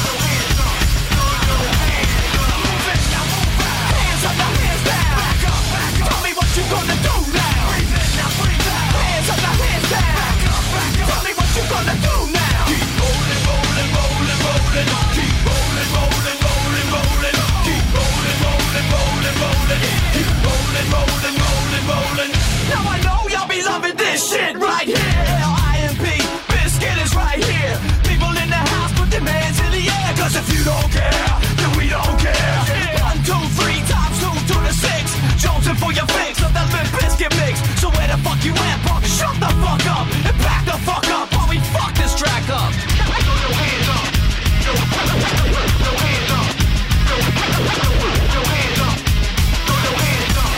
Hands up, now hands down. Back up. Tell me what you gonna do now. Hands up, now hands down. Tell me what you gonna do now. Keep rolling, rolling, rolling, rolling. Keep rolling, rolling, rolling, rolling. Keep rolling, rolling, rolling, rolling. Keep rolling, rolling, rolling, rolling. Now I know y'all be loving this shit right here. L.I.M.P. Biscuit is right here. People in the house put their hands in the air. Cause if you don't care, then we don't care. 1, 2, 3 times 2 to the 6. Jonesing for your fix of that Limp Biscuit mix. So where the fuck you at, punk? Shut the fuck up and back the fuck up while we fuck this track up. Throw your hands up. Throw your hands up. Throw your hands up. Throw your hands up. Throw your hands up.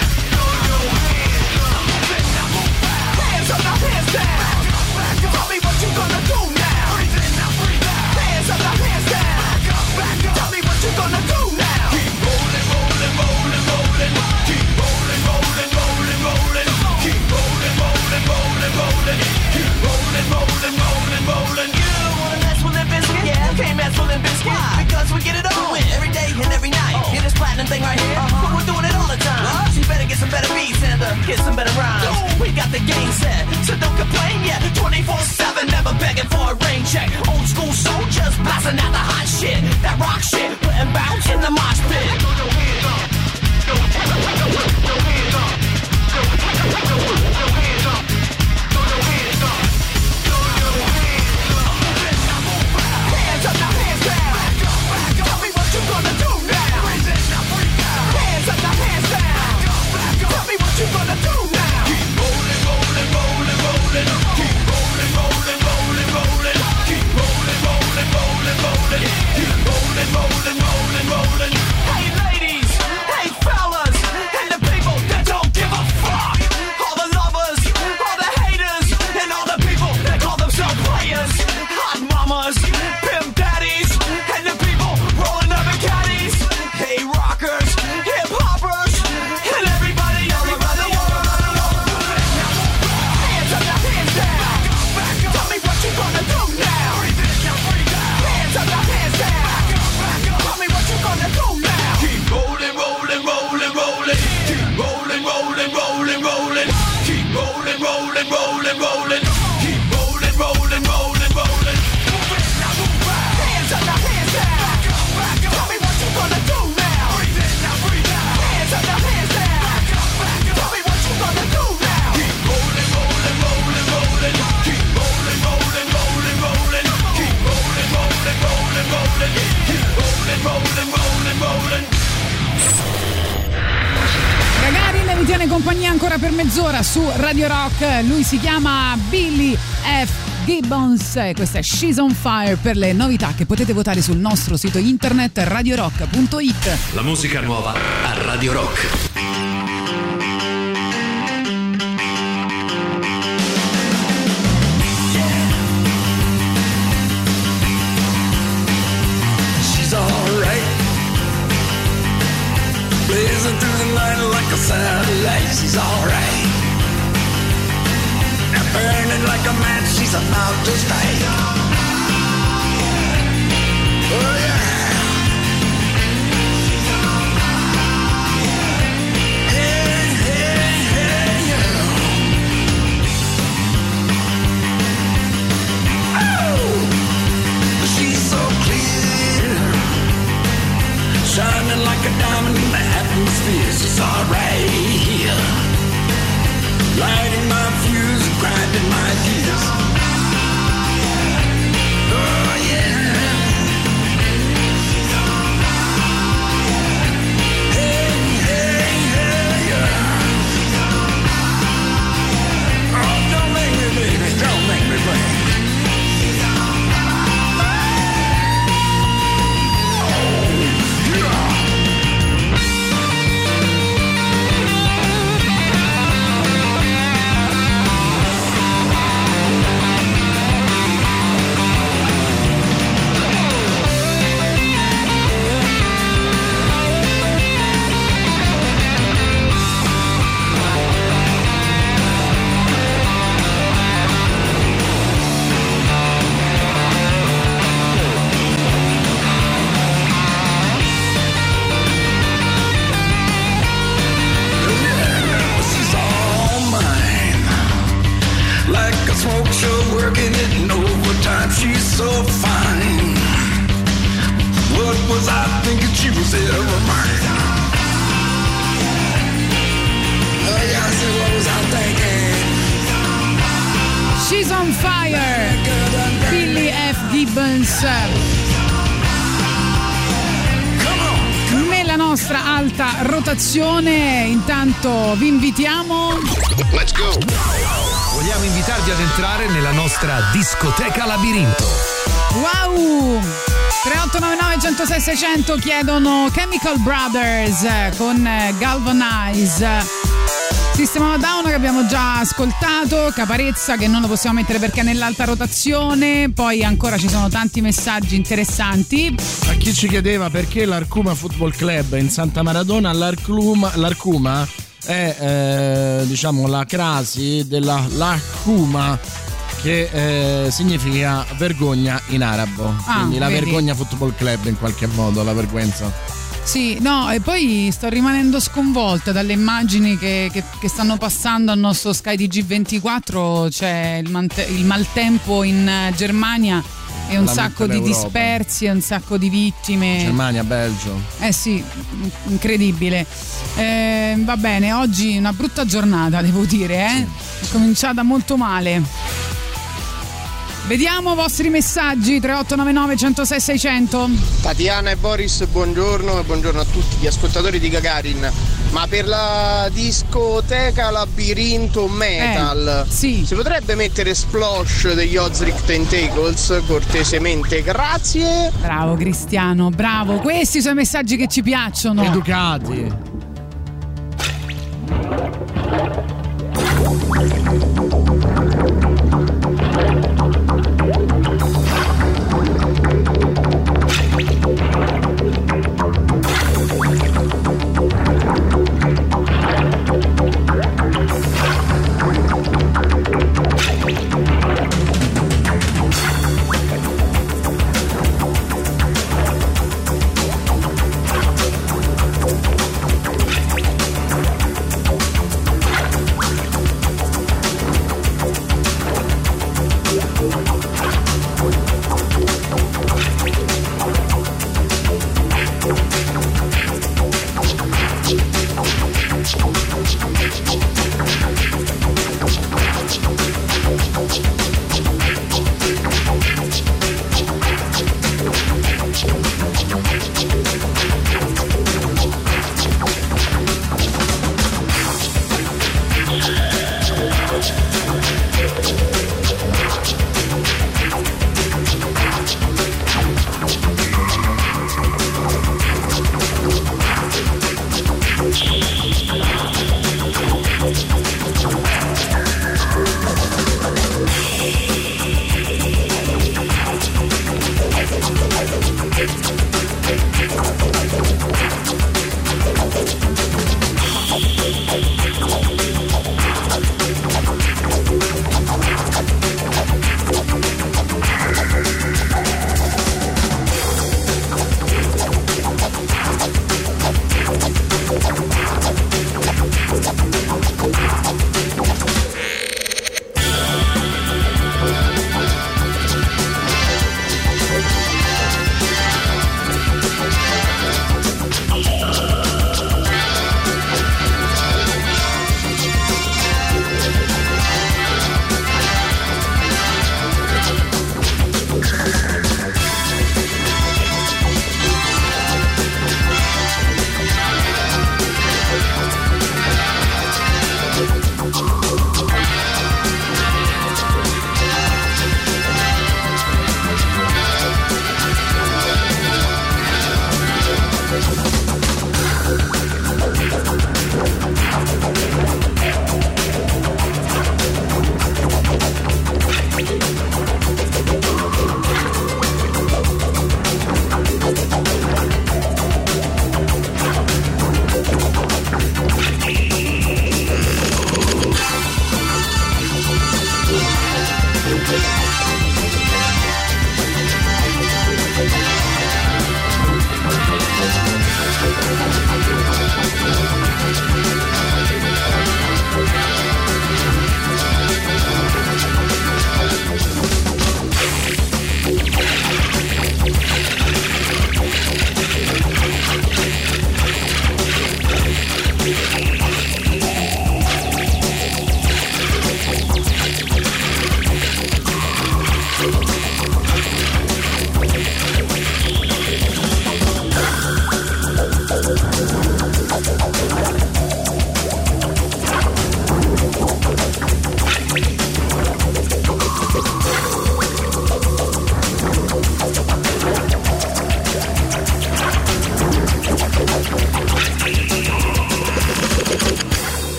Hands up, now hands down. Tell me what you gonna do now. Hands up, now hands down. Tell me what you gonna do now. Keep rolling, rolling, rolling, rolling. Keep rolling, rolling, rolling, rolling. Keep rolling, rolling, rolling, rolling. Keep rolling, rolling, rolling, rolling. You wanna mess with Limp Bizkit? Yeah, can't mess with Limp Bizkit. Because we get it on every day and every night. Get this platinum thing right here. But we're doing it all the time. So you better get some better beats and get some better rhymes. We got the game set, so don't complain yet. 24/7, never begging for a rain check. Old school soldiers blasting out the hot shit. That rock shit, putting bounce in the mosh pit. Throw your hands up. Throw your hands up. Throw your hands up. Throw your hands up. Throw your hands up. Hands up, now hands down. Tell me what you gonna do now. Hands up, now hands down. Tell me what you gonna do now. Keep rolling, rolling, rolling, rolling. Keep rolling, rolling, rolling, rolling. Keep rolling, rolling, rolling, rolling. Keep rolling, rolling, rolling, rolling. Hey ladies, hey fellas, and the people that don't give a fuck. All the lovers, all the haters, and all the people that call themselves players. Hot mamas, pimp daddies, and the people rolling up in caddies. Hey rockers, hip hoppers, and everybody all around the world. Hands up, now hands down. Tell me what you gonna do now. Hands up, now hands down. Tell me what you gonna do now. Keep rolling, rolling, rolling, rolling. Keep rolling, rolling, rolling, rolling. Keep rolling, rolling, rolling, rolling. Keep rolling, rolling, rolling, rolling. Hands up, now hands down. Tell me what you gonna do now. Hands up, now hands down. Tell me what you gonna do now. Keep rolling, rolling, rolling, rolling. Keep rolling, rolling, rolling, rolling. Keep rolling, rolling, rolling, rolling. Keep rolling, rolling, rolling, rolling. Gagarin vi tiene compagnia ancora per mezz'ora su Radio Rock. Lui si chiama Billy F. Gibbons e questa è She's on Fire, per le novità che potete votare sul nostro sito internet radiorock.it. La musica nuova a Radio Rock. She's alright, blazing through the night like a satellite. She's alright, burning like a match. She's about to strike. Oh yeah. Hey, hey, hey, yeah. Oh, she's so clear, shining like a diamond in the atmosphere. She's alright, lighting my fuse, grinding my gears. Oh yeah. was I thinking she was ever mine? Oh yeah, I said, what was I thinking? She's on Fire, Billy F. Gibbons. Nella nostra alta rotazione, intanto vi invitiamo. Let's go! Vogliamo invitarvi ad entrare nella nostra discoteca Labirinto. Wow! 3899 106 600 chiedono Chemical Brothers con Galvanize. System of a Down che abbiamo già ascoltato, Caparezza che non lo possiamo mettere perché è nell'alta rotazione, poi ancora ci sono tanti messaggi interessanti. A chi ci chiedeva perché l'Arcuma Football Club in Santa Maradona, l'Arcuma è diciamo la crasi della l'Arcuma che significa vergogna in arabo, quindi la vedi. vergogna Football Club in qualche modo, la vergogna. Sì, no, e poi sto rimanendo sconvolta dalle immagini che stanno passando al nostro Sky TG24, c'è il maltempo in Germania e un sacco di dispersi e un sacco di vittime. Germania, Belgio. Sì, incredibile. Va bene, oggi una brutta giornata, devo dire, È cominciata molto male. Vediamo i vostri messaggi 3899 106 600. Tatiana e Boris, buongiorno e buongiorno a tutti gli ascoltatori di Gagarin. Ma per la discoteca Labirinto Metal si potrebbe mettere Splosh degli Ozric Tentacles cortesemente, grazie. Bravo Cristiano, bravo, questi sono i messaggi che ci piacciono. Educati.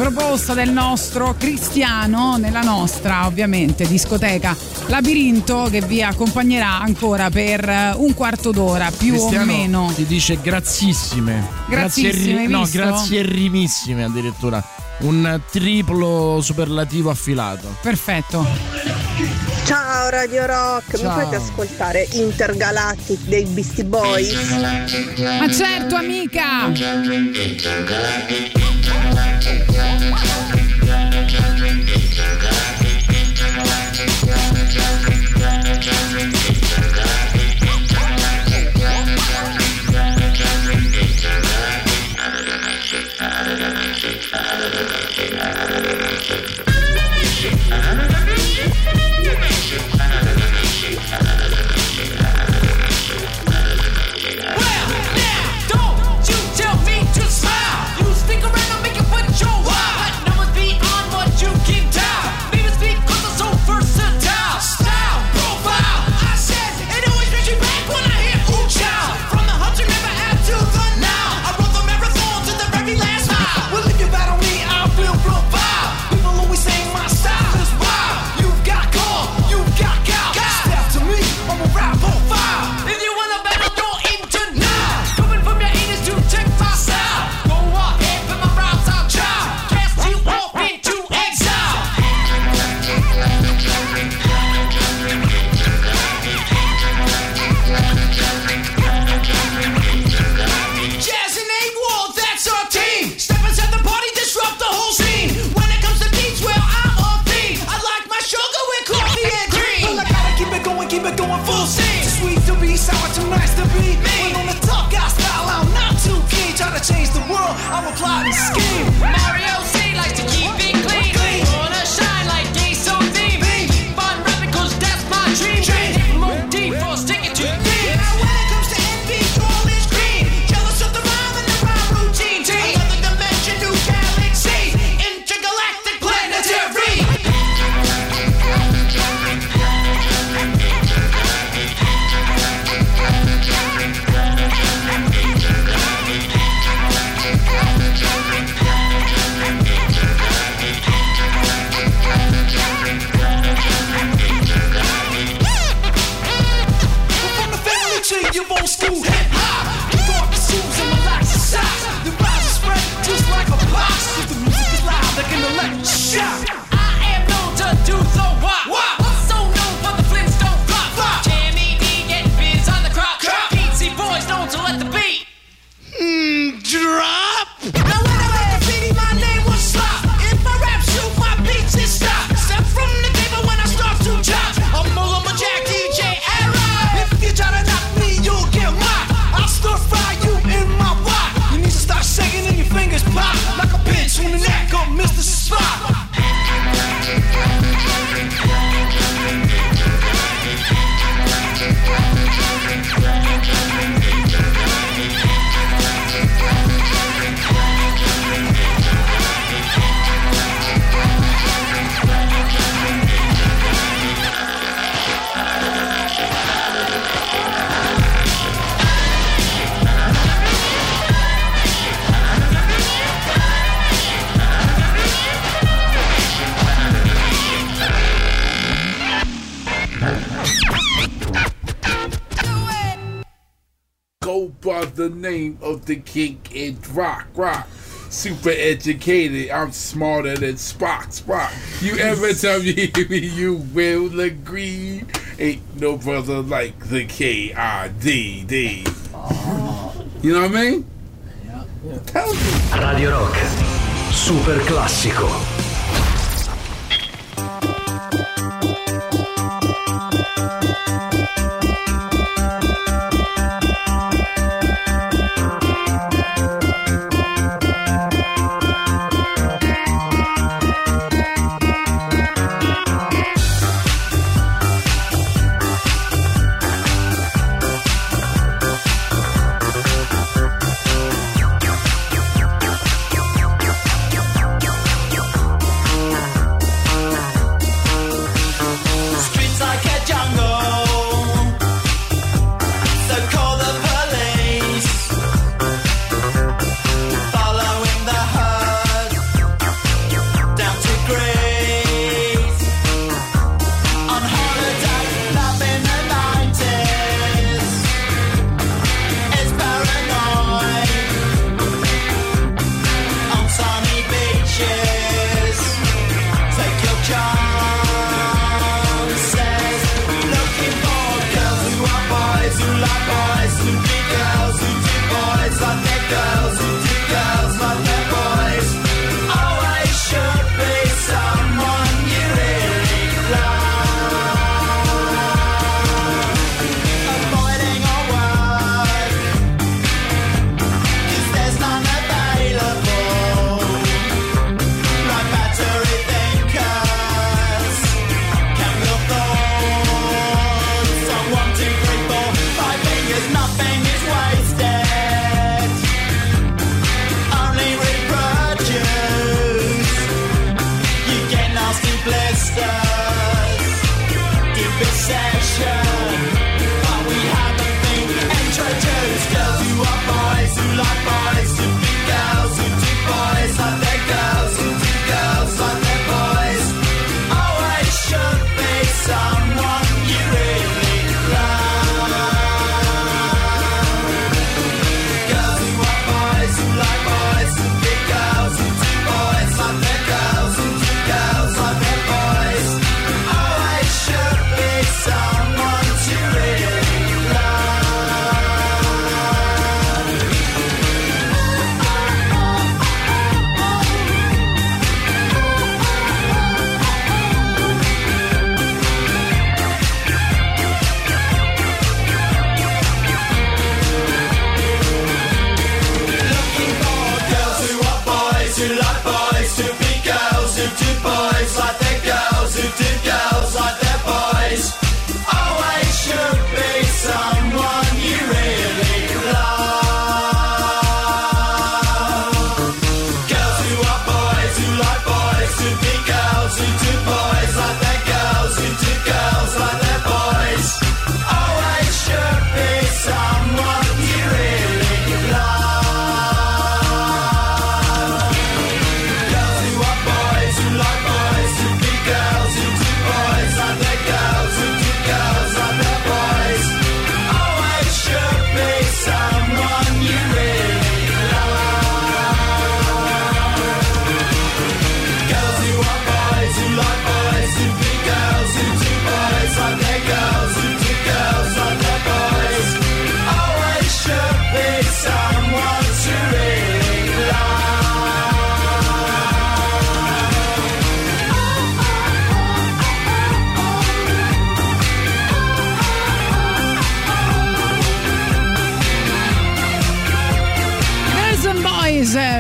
proposta del nostro Cristiano nella nostra, ovviamente, discoteca Labirinto, che vi accompagnerà ancora per un quarto d'ora più Cristiano o meno. Ti dice grazzissime. Grazzissime, hai visto? Grazierimissime addirittura. Un triplo superlativo affilato. Perfetto. Ciao Radio Rock, Ciao. mi fate ascoltare Intergalactic dei Beastie Boys? Ma certo, amica! Don't you tell me to smile. You stick around and make it put your wild. But numbers beyond what you can tell. Maybe it's because I'm so versatile. Style, profile, I said it always brings you back when I hear ooh child. From the hunter never had to the now. I run the marathon to the very last mile. Well, if you battle me, I will provide. People always say my style is wild. You've got call, you've got gal. Step to me, I'm a rap profile. If you wanna battle, you're into now. Coming from your anus to check my style. Go ahead, put my rhymes out, child. Cast you off into exile. Jazz and A-Wall, that's our team. Step inside the party, disrupt the whole scene. When it comes to beats, well, I'm a fiend. I like my sugar with coffee and cream. Well, I gotta keep it going full steam. Too sweet to be sour, too nice to be me. When on the top guy style, I'm not too keen. Try to change the world, I'm a plotting scheme. Mario C likes to keep it clean. Wanna shine like Ace on theme. Fun rapping, cause that's my dream. Motif for sticking to me. Now when it comes to envy, all is green. Jealous of the rhyme and the rhyme routine. Another dimension, new galaxy. Intergalactic planetary. From the family tree, you old school hip hop. You thought the shoes and relax the socks. The rise is spread just like a box. If the music is loud, they can elect shout. I am known to do the wop. Also known for the Flintstone flop. Jammy D getting biz on the crop. Beatsy boys known to let the beat drop. Now when I made graffiti, my name was Slop. If I rap, shoot my beats and stop. Step from the table when I start to chop. I'm a Jack DJ era. If you try to knock me, you'll get mocked. I'll stir fry you in my wok. You need to start shaking and your fingers pop like a pinch on the neck of Mr. Spock. Go by the name of the king and rock. Super educated, I'm smarter than Spock. You ever tell me you will agree? Ain't no brother like the K-I-D-D. You know what I mean? Tell me. Radio Rock, super classico.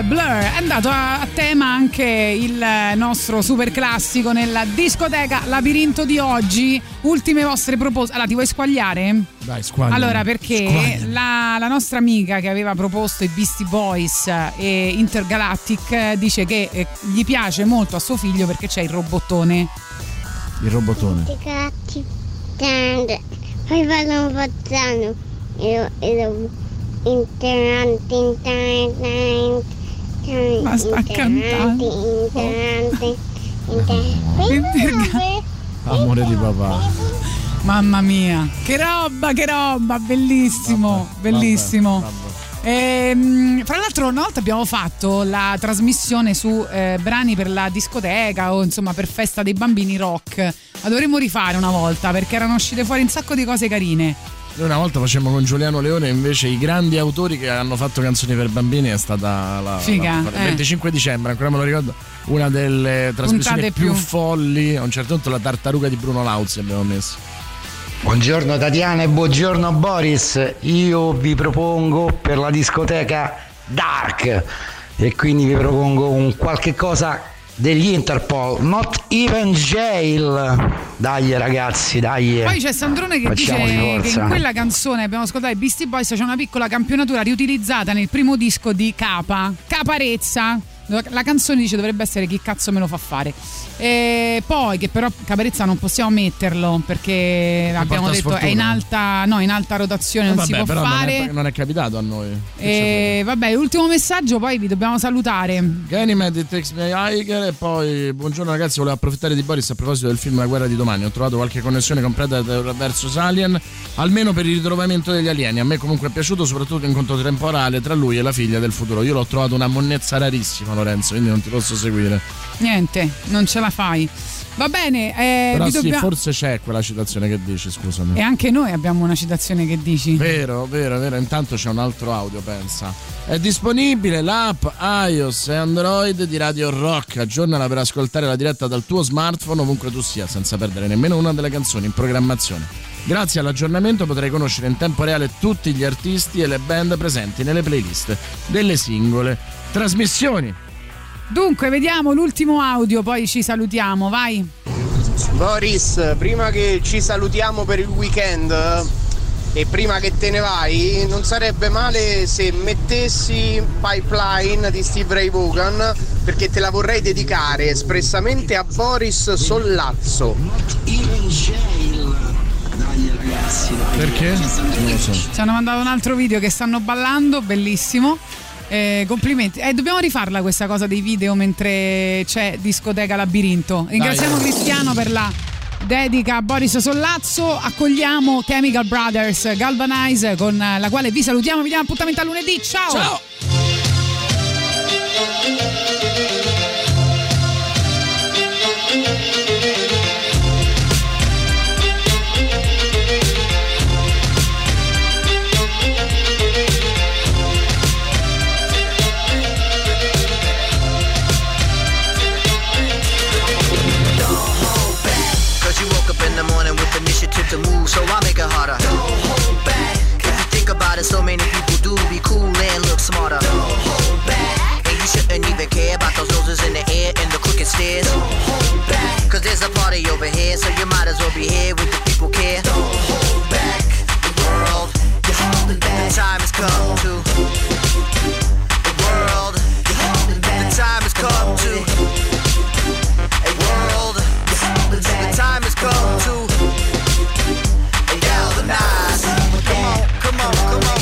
Blur. È andato a tema anche il nostro super classico nella discoteca Labirinto di oggi. Ultime vostre proposte. Allora, ti vuoi squagliare? Dai, squaglia. Allora, perché la nostra amica che aveva proposto i Beastie Boys e Intergalactic dice che gli piace molto a suo figlio perché c'è il robottone. Il robottone. Poi fanno un pozzano ma sta cantando. Amore di papà. Mamma mia, che roba, bellissimo, bellissimo. Fra l'altro una volta abbiamo fatto la trasmissione su brani per la discoteca o insomma per festa dei bambini rock. La dovremmo rifare una volta perché erano uscite fuori un sacco di cose carine. Noi una volta facemmo con Giuliano Leone invece i grandi autori che hanno fatto canzoni per bambini. È stata la figa, il 25 dicembre, ancora me lo ricordo, una delle trasmissioni più folli. A un certo punto la tartaruga di Bruno Lauzi abbiamo messo. Buongiorno Tatiana e buongiorno Boris. Io vi propongo per la discoteca Dark e quindi vi propongo un qualche cosa degli Interpol, Not Even Jail. Dai ragazzi, dai. Poi c'è Sandrone che dice che in quella canzone abbiamo ascoltato i Beastie Boys, c'è una piccola campionatura riutilizzata nel primo disco di Caparezza. La canzone dice dovrebbe essere Chi cazzo me lo fa fare. E poi che però Caparezza non possiamo metterlo perché abbiamo detto è in alta rotazione, non si può però fare. Non è capitato a noi. Vabbè, l'ultimo messaggio, poi vi dobbiamo salutare. Ganymede, It Takes Me Higher. E poi buongiorno ragazzi, volevo approfittare di Boris a proposito del film La guerra di domani. Ho trovato qualche connessione con Predator versus Alien, almeno per il ritrovamento degli alieni. A me comunque è piaciuto, soprattutto l'incontro temporale tra lui e la figlia del futuro. Io l'ho trovato una monnezza rarissima, Lorenzo, quindi non ti posso seguire. Niente, non ce la fai. Va bene, però sì, forse c'è quella citazione che dici, scusami. E anche noi abbiamo una citazione che dici. Vero. Intanto c'è un altro audio, pensa. È disponibile l'app iOS e Android di Radio Rock. Aggiornala per ascoltare la diretta dal tuo smartphone ovunque tu sia, senza perdere nemmeno una delle canzoni in programmazione. Grazie all'aggiornamento potrai conoscere in tempo reale tutti gli artisti e le band presenti nelle playlist delle singole trasmissioni. Dunque, vediamo l'ultimo audio, poi ci salutiamo, vai. Boris, prima che ci salutiamo per il weekend e prima che te ne vai, non sarebbe male se mettessi Pipeline di Steve Ray Vaughan, perché te la vorrei dedicare espressamente a Boris Sollazzo. Perché? Non lo so. Ci hanno mandato un altro video che stanno ballando, bellissimo. Complimenti. Dobbiamo rifarla questa cosa dei video mentre c'è discoteca Labirinto. Ringraziamo Cristiano per la dedica a Boris Sollazzo. Accogliamo Chemical Brothers Galvanize, con la quale vi salutiamo. Vi diamo appuntamento a lunedì. Ciao. To move, so I make it harder. Don't hold back. If you think about it, so many people do be cool and look smarter. Don't hold back. And you shouldn't even care about those noses in the air and the crooked stairs. Don't hold back. Cause there's a party over here, so you might as well be here with the people care. Don't hold back. The world, you're holding back. The time has come to. The world, you're holding back. The time has come to. A world, you're holding back. The time has come to. Come on.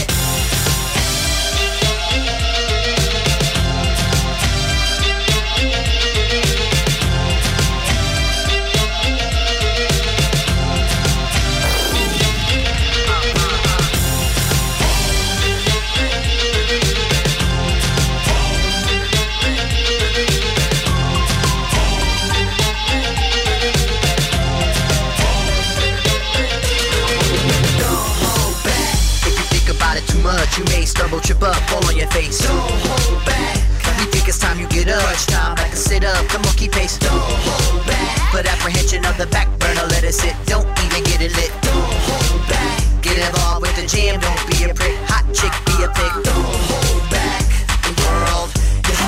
You may stumble, trip up, fall on your face. Don't hold back. We think it's time you get up. Crunch time, back and sit up. Come on, keep pace. Don't hold back. Put apprehension on the back burner, let it sit. Don't even get it lit. Don't hold back. Get involved with the jam. Don't be a prick. Hot chick, be a pig. Don't hold back. The world, you're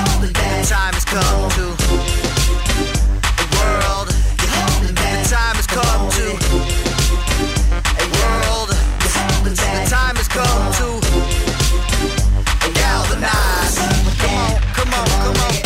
time has come to a world. The time has come to a world. The time has come to galvanize. Come on, come on, come on.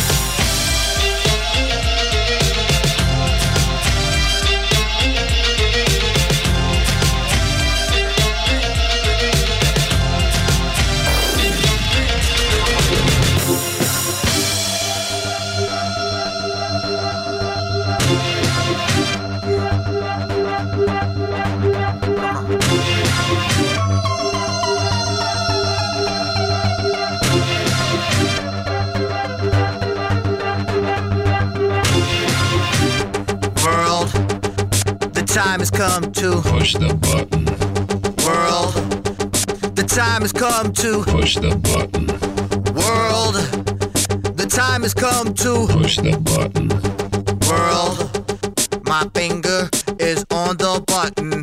Time has come to push the button. World, the time has come to push the button. World, the time has come to push the button. World, my finger is on the button.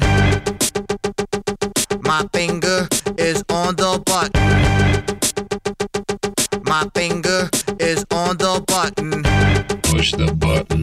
My finger is on the button. My finger is on the button. Push the button.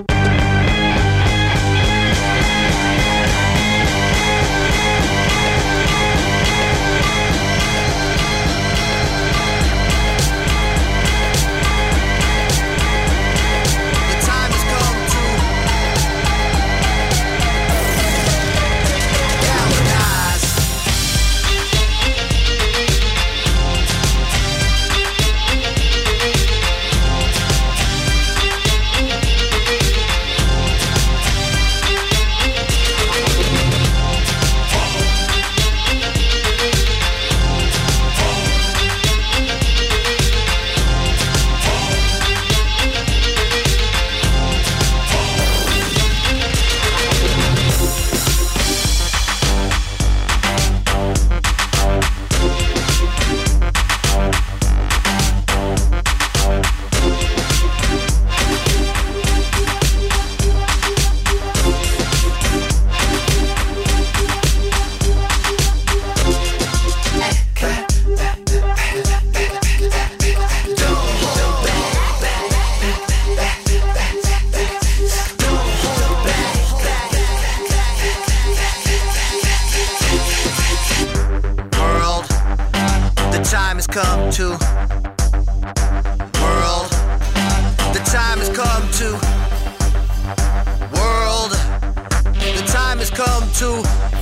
Come to world. The time has come to world. The time has come to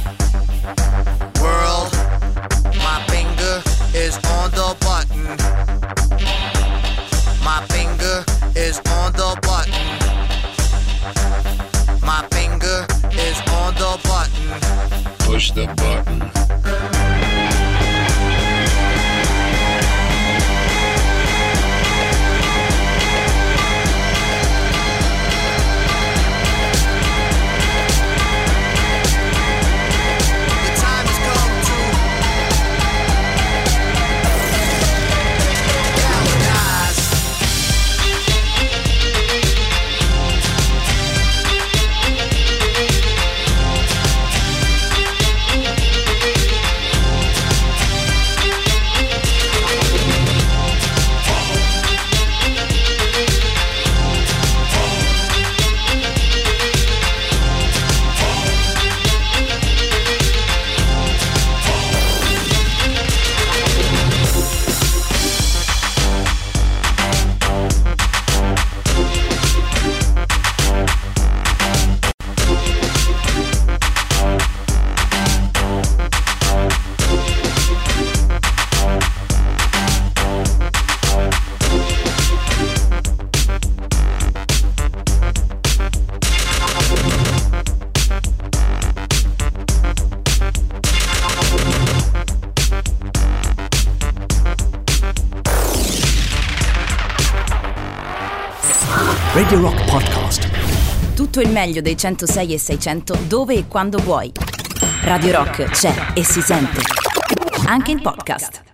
world. My finger is on the button. My finger is on the button. My finger is on the button. Push the button. Radio Rock Podcast. Tutto il meglio dei 106 e 600 dove e quando vuoi. Radio Rock c'è e si sente. Anche in podcast.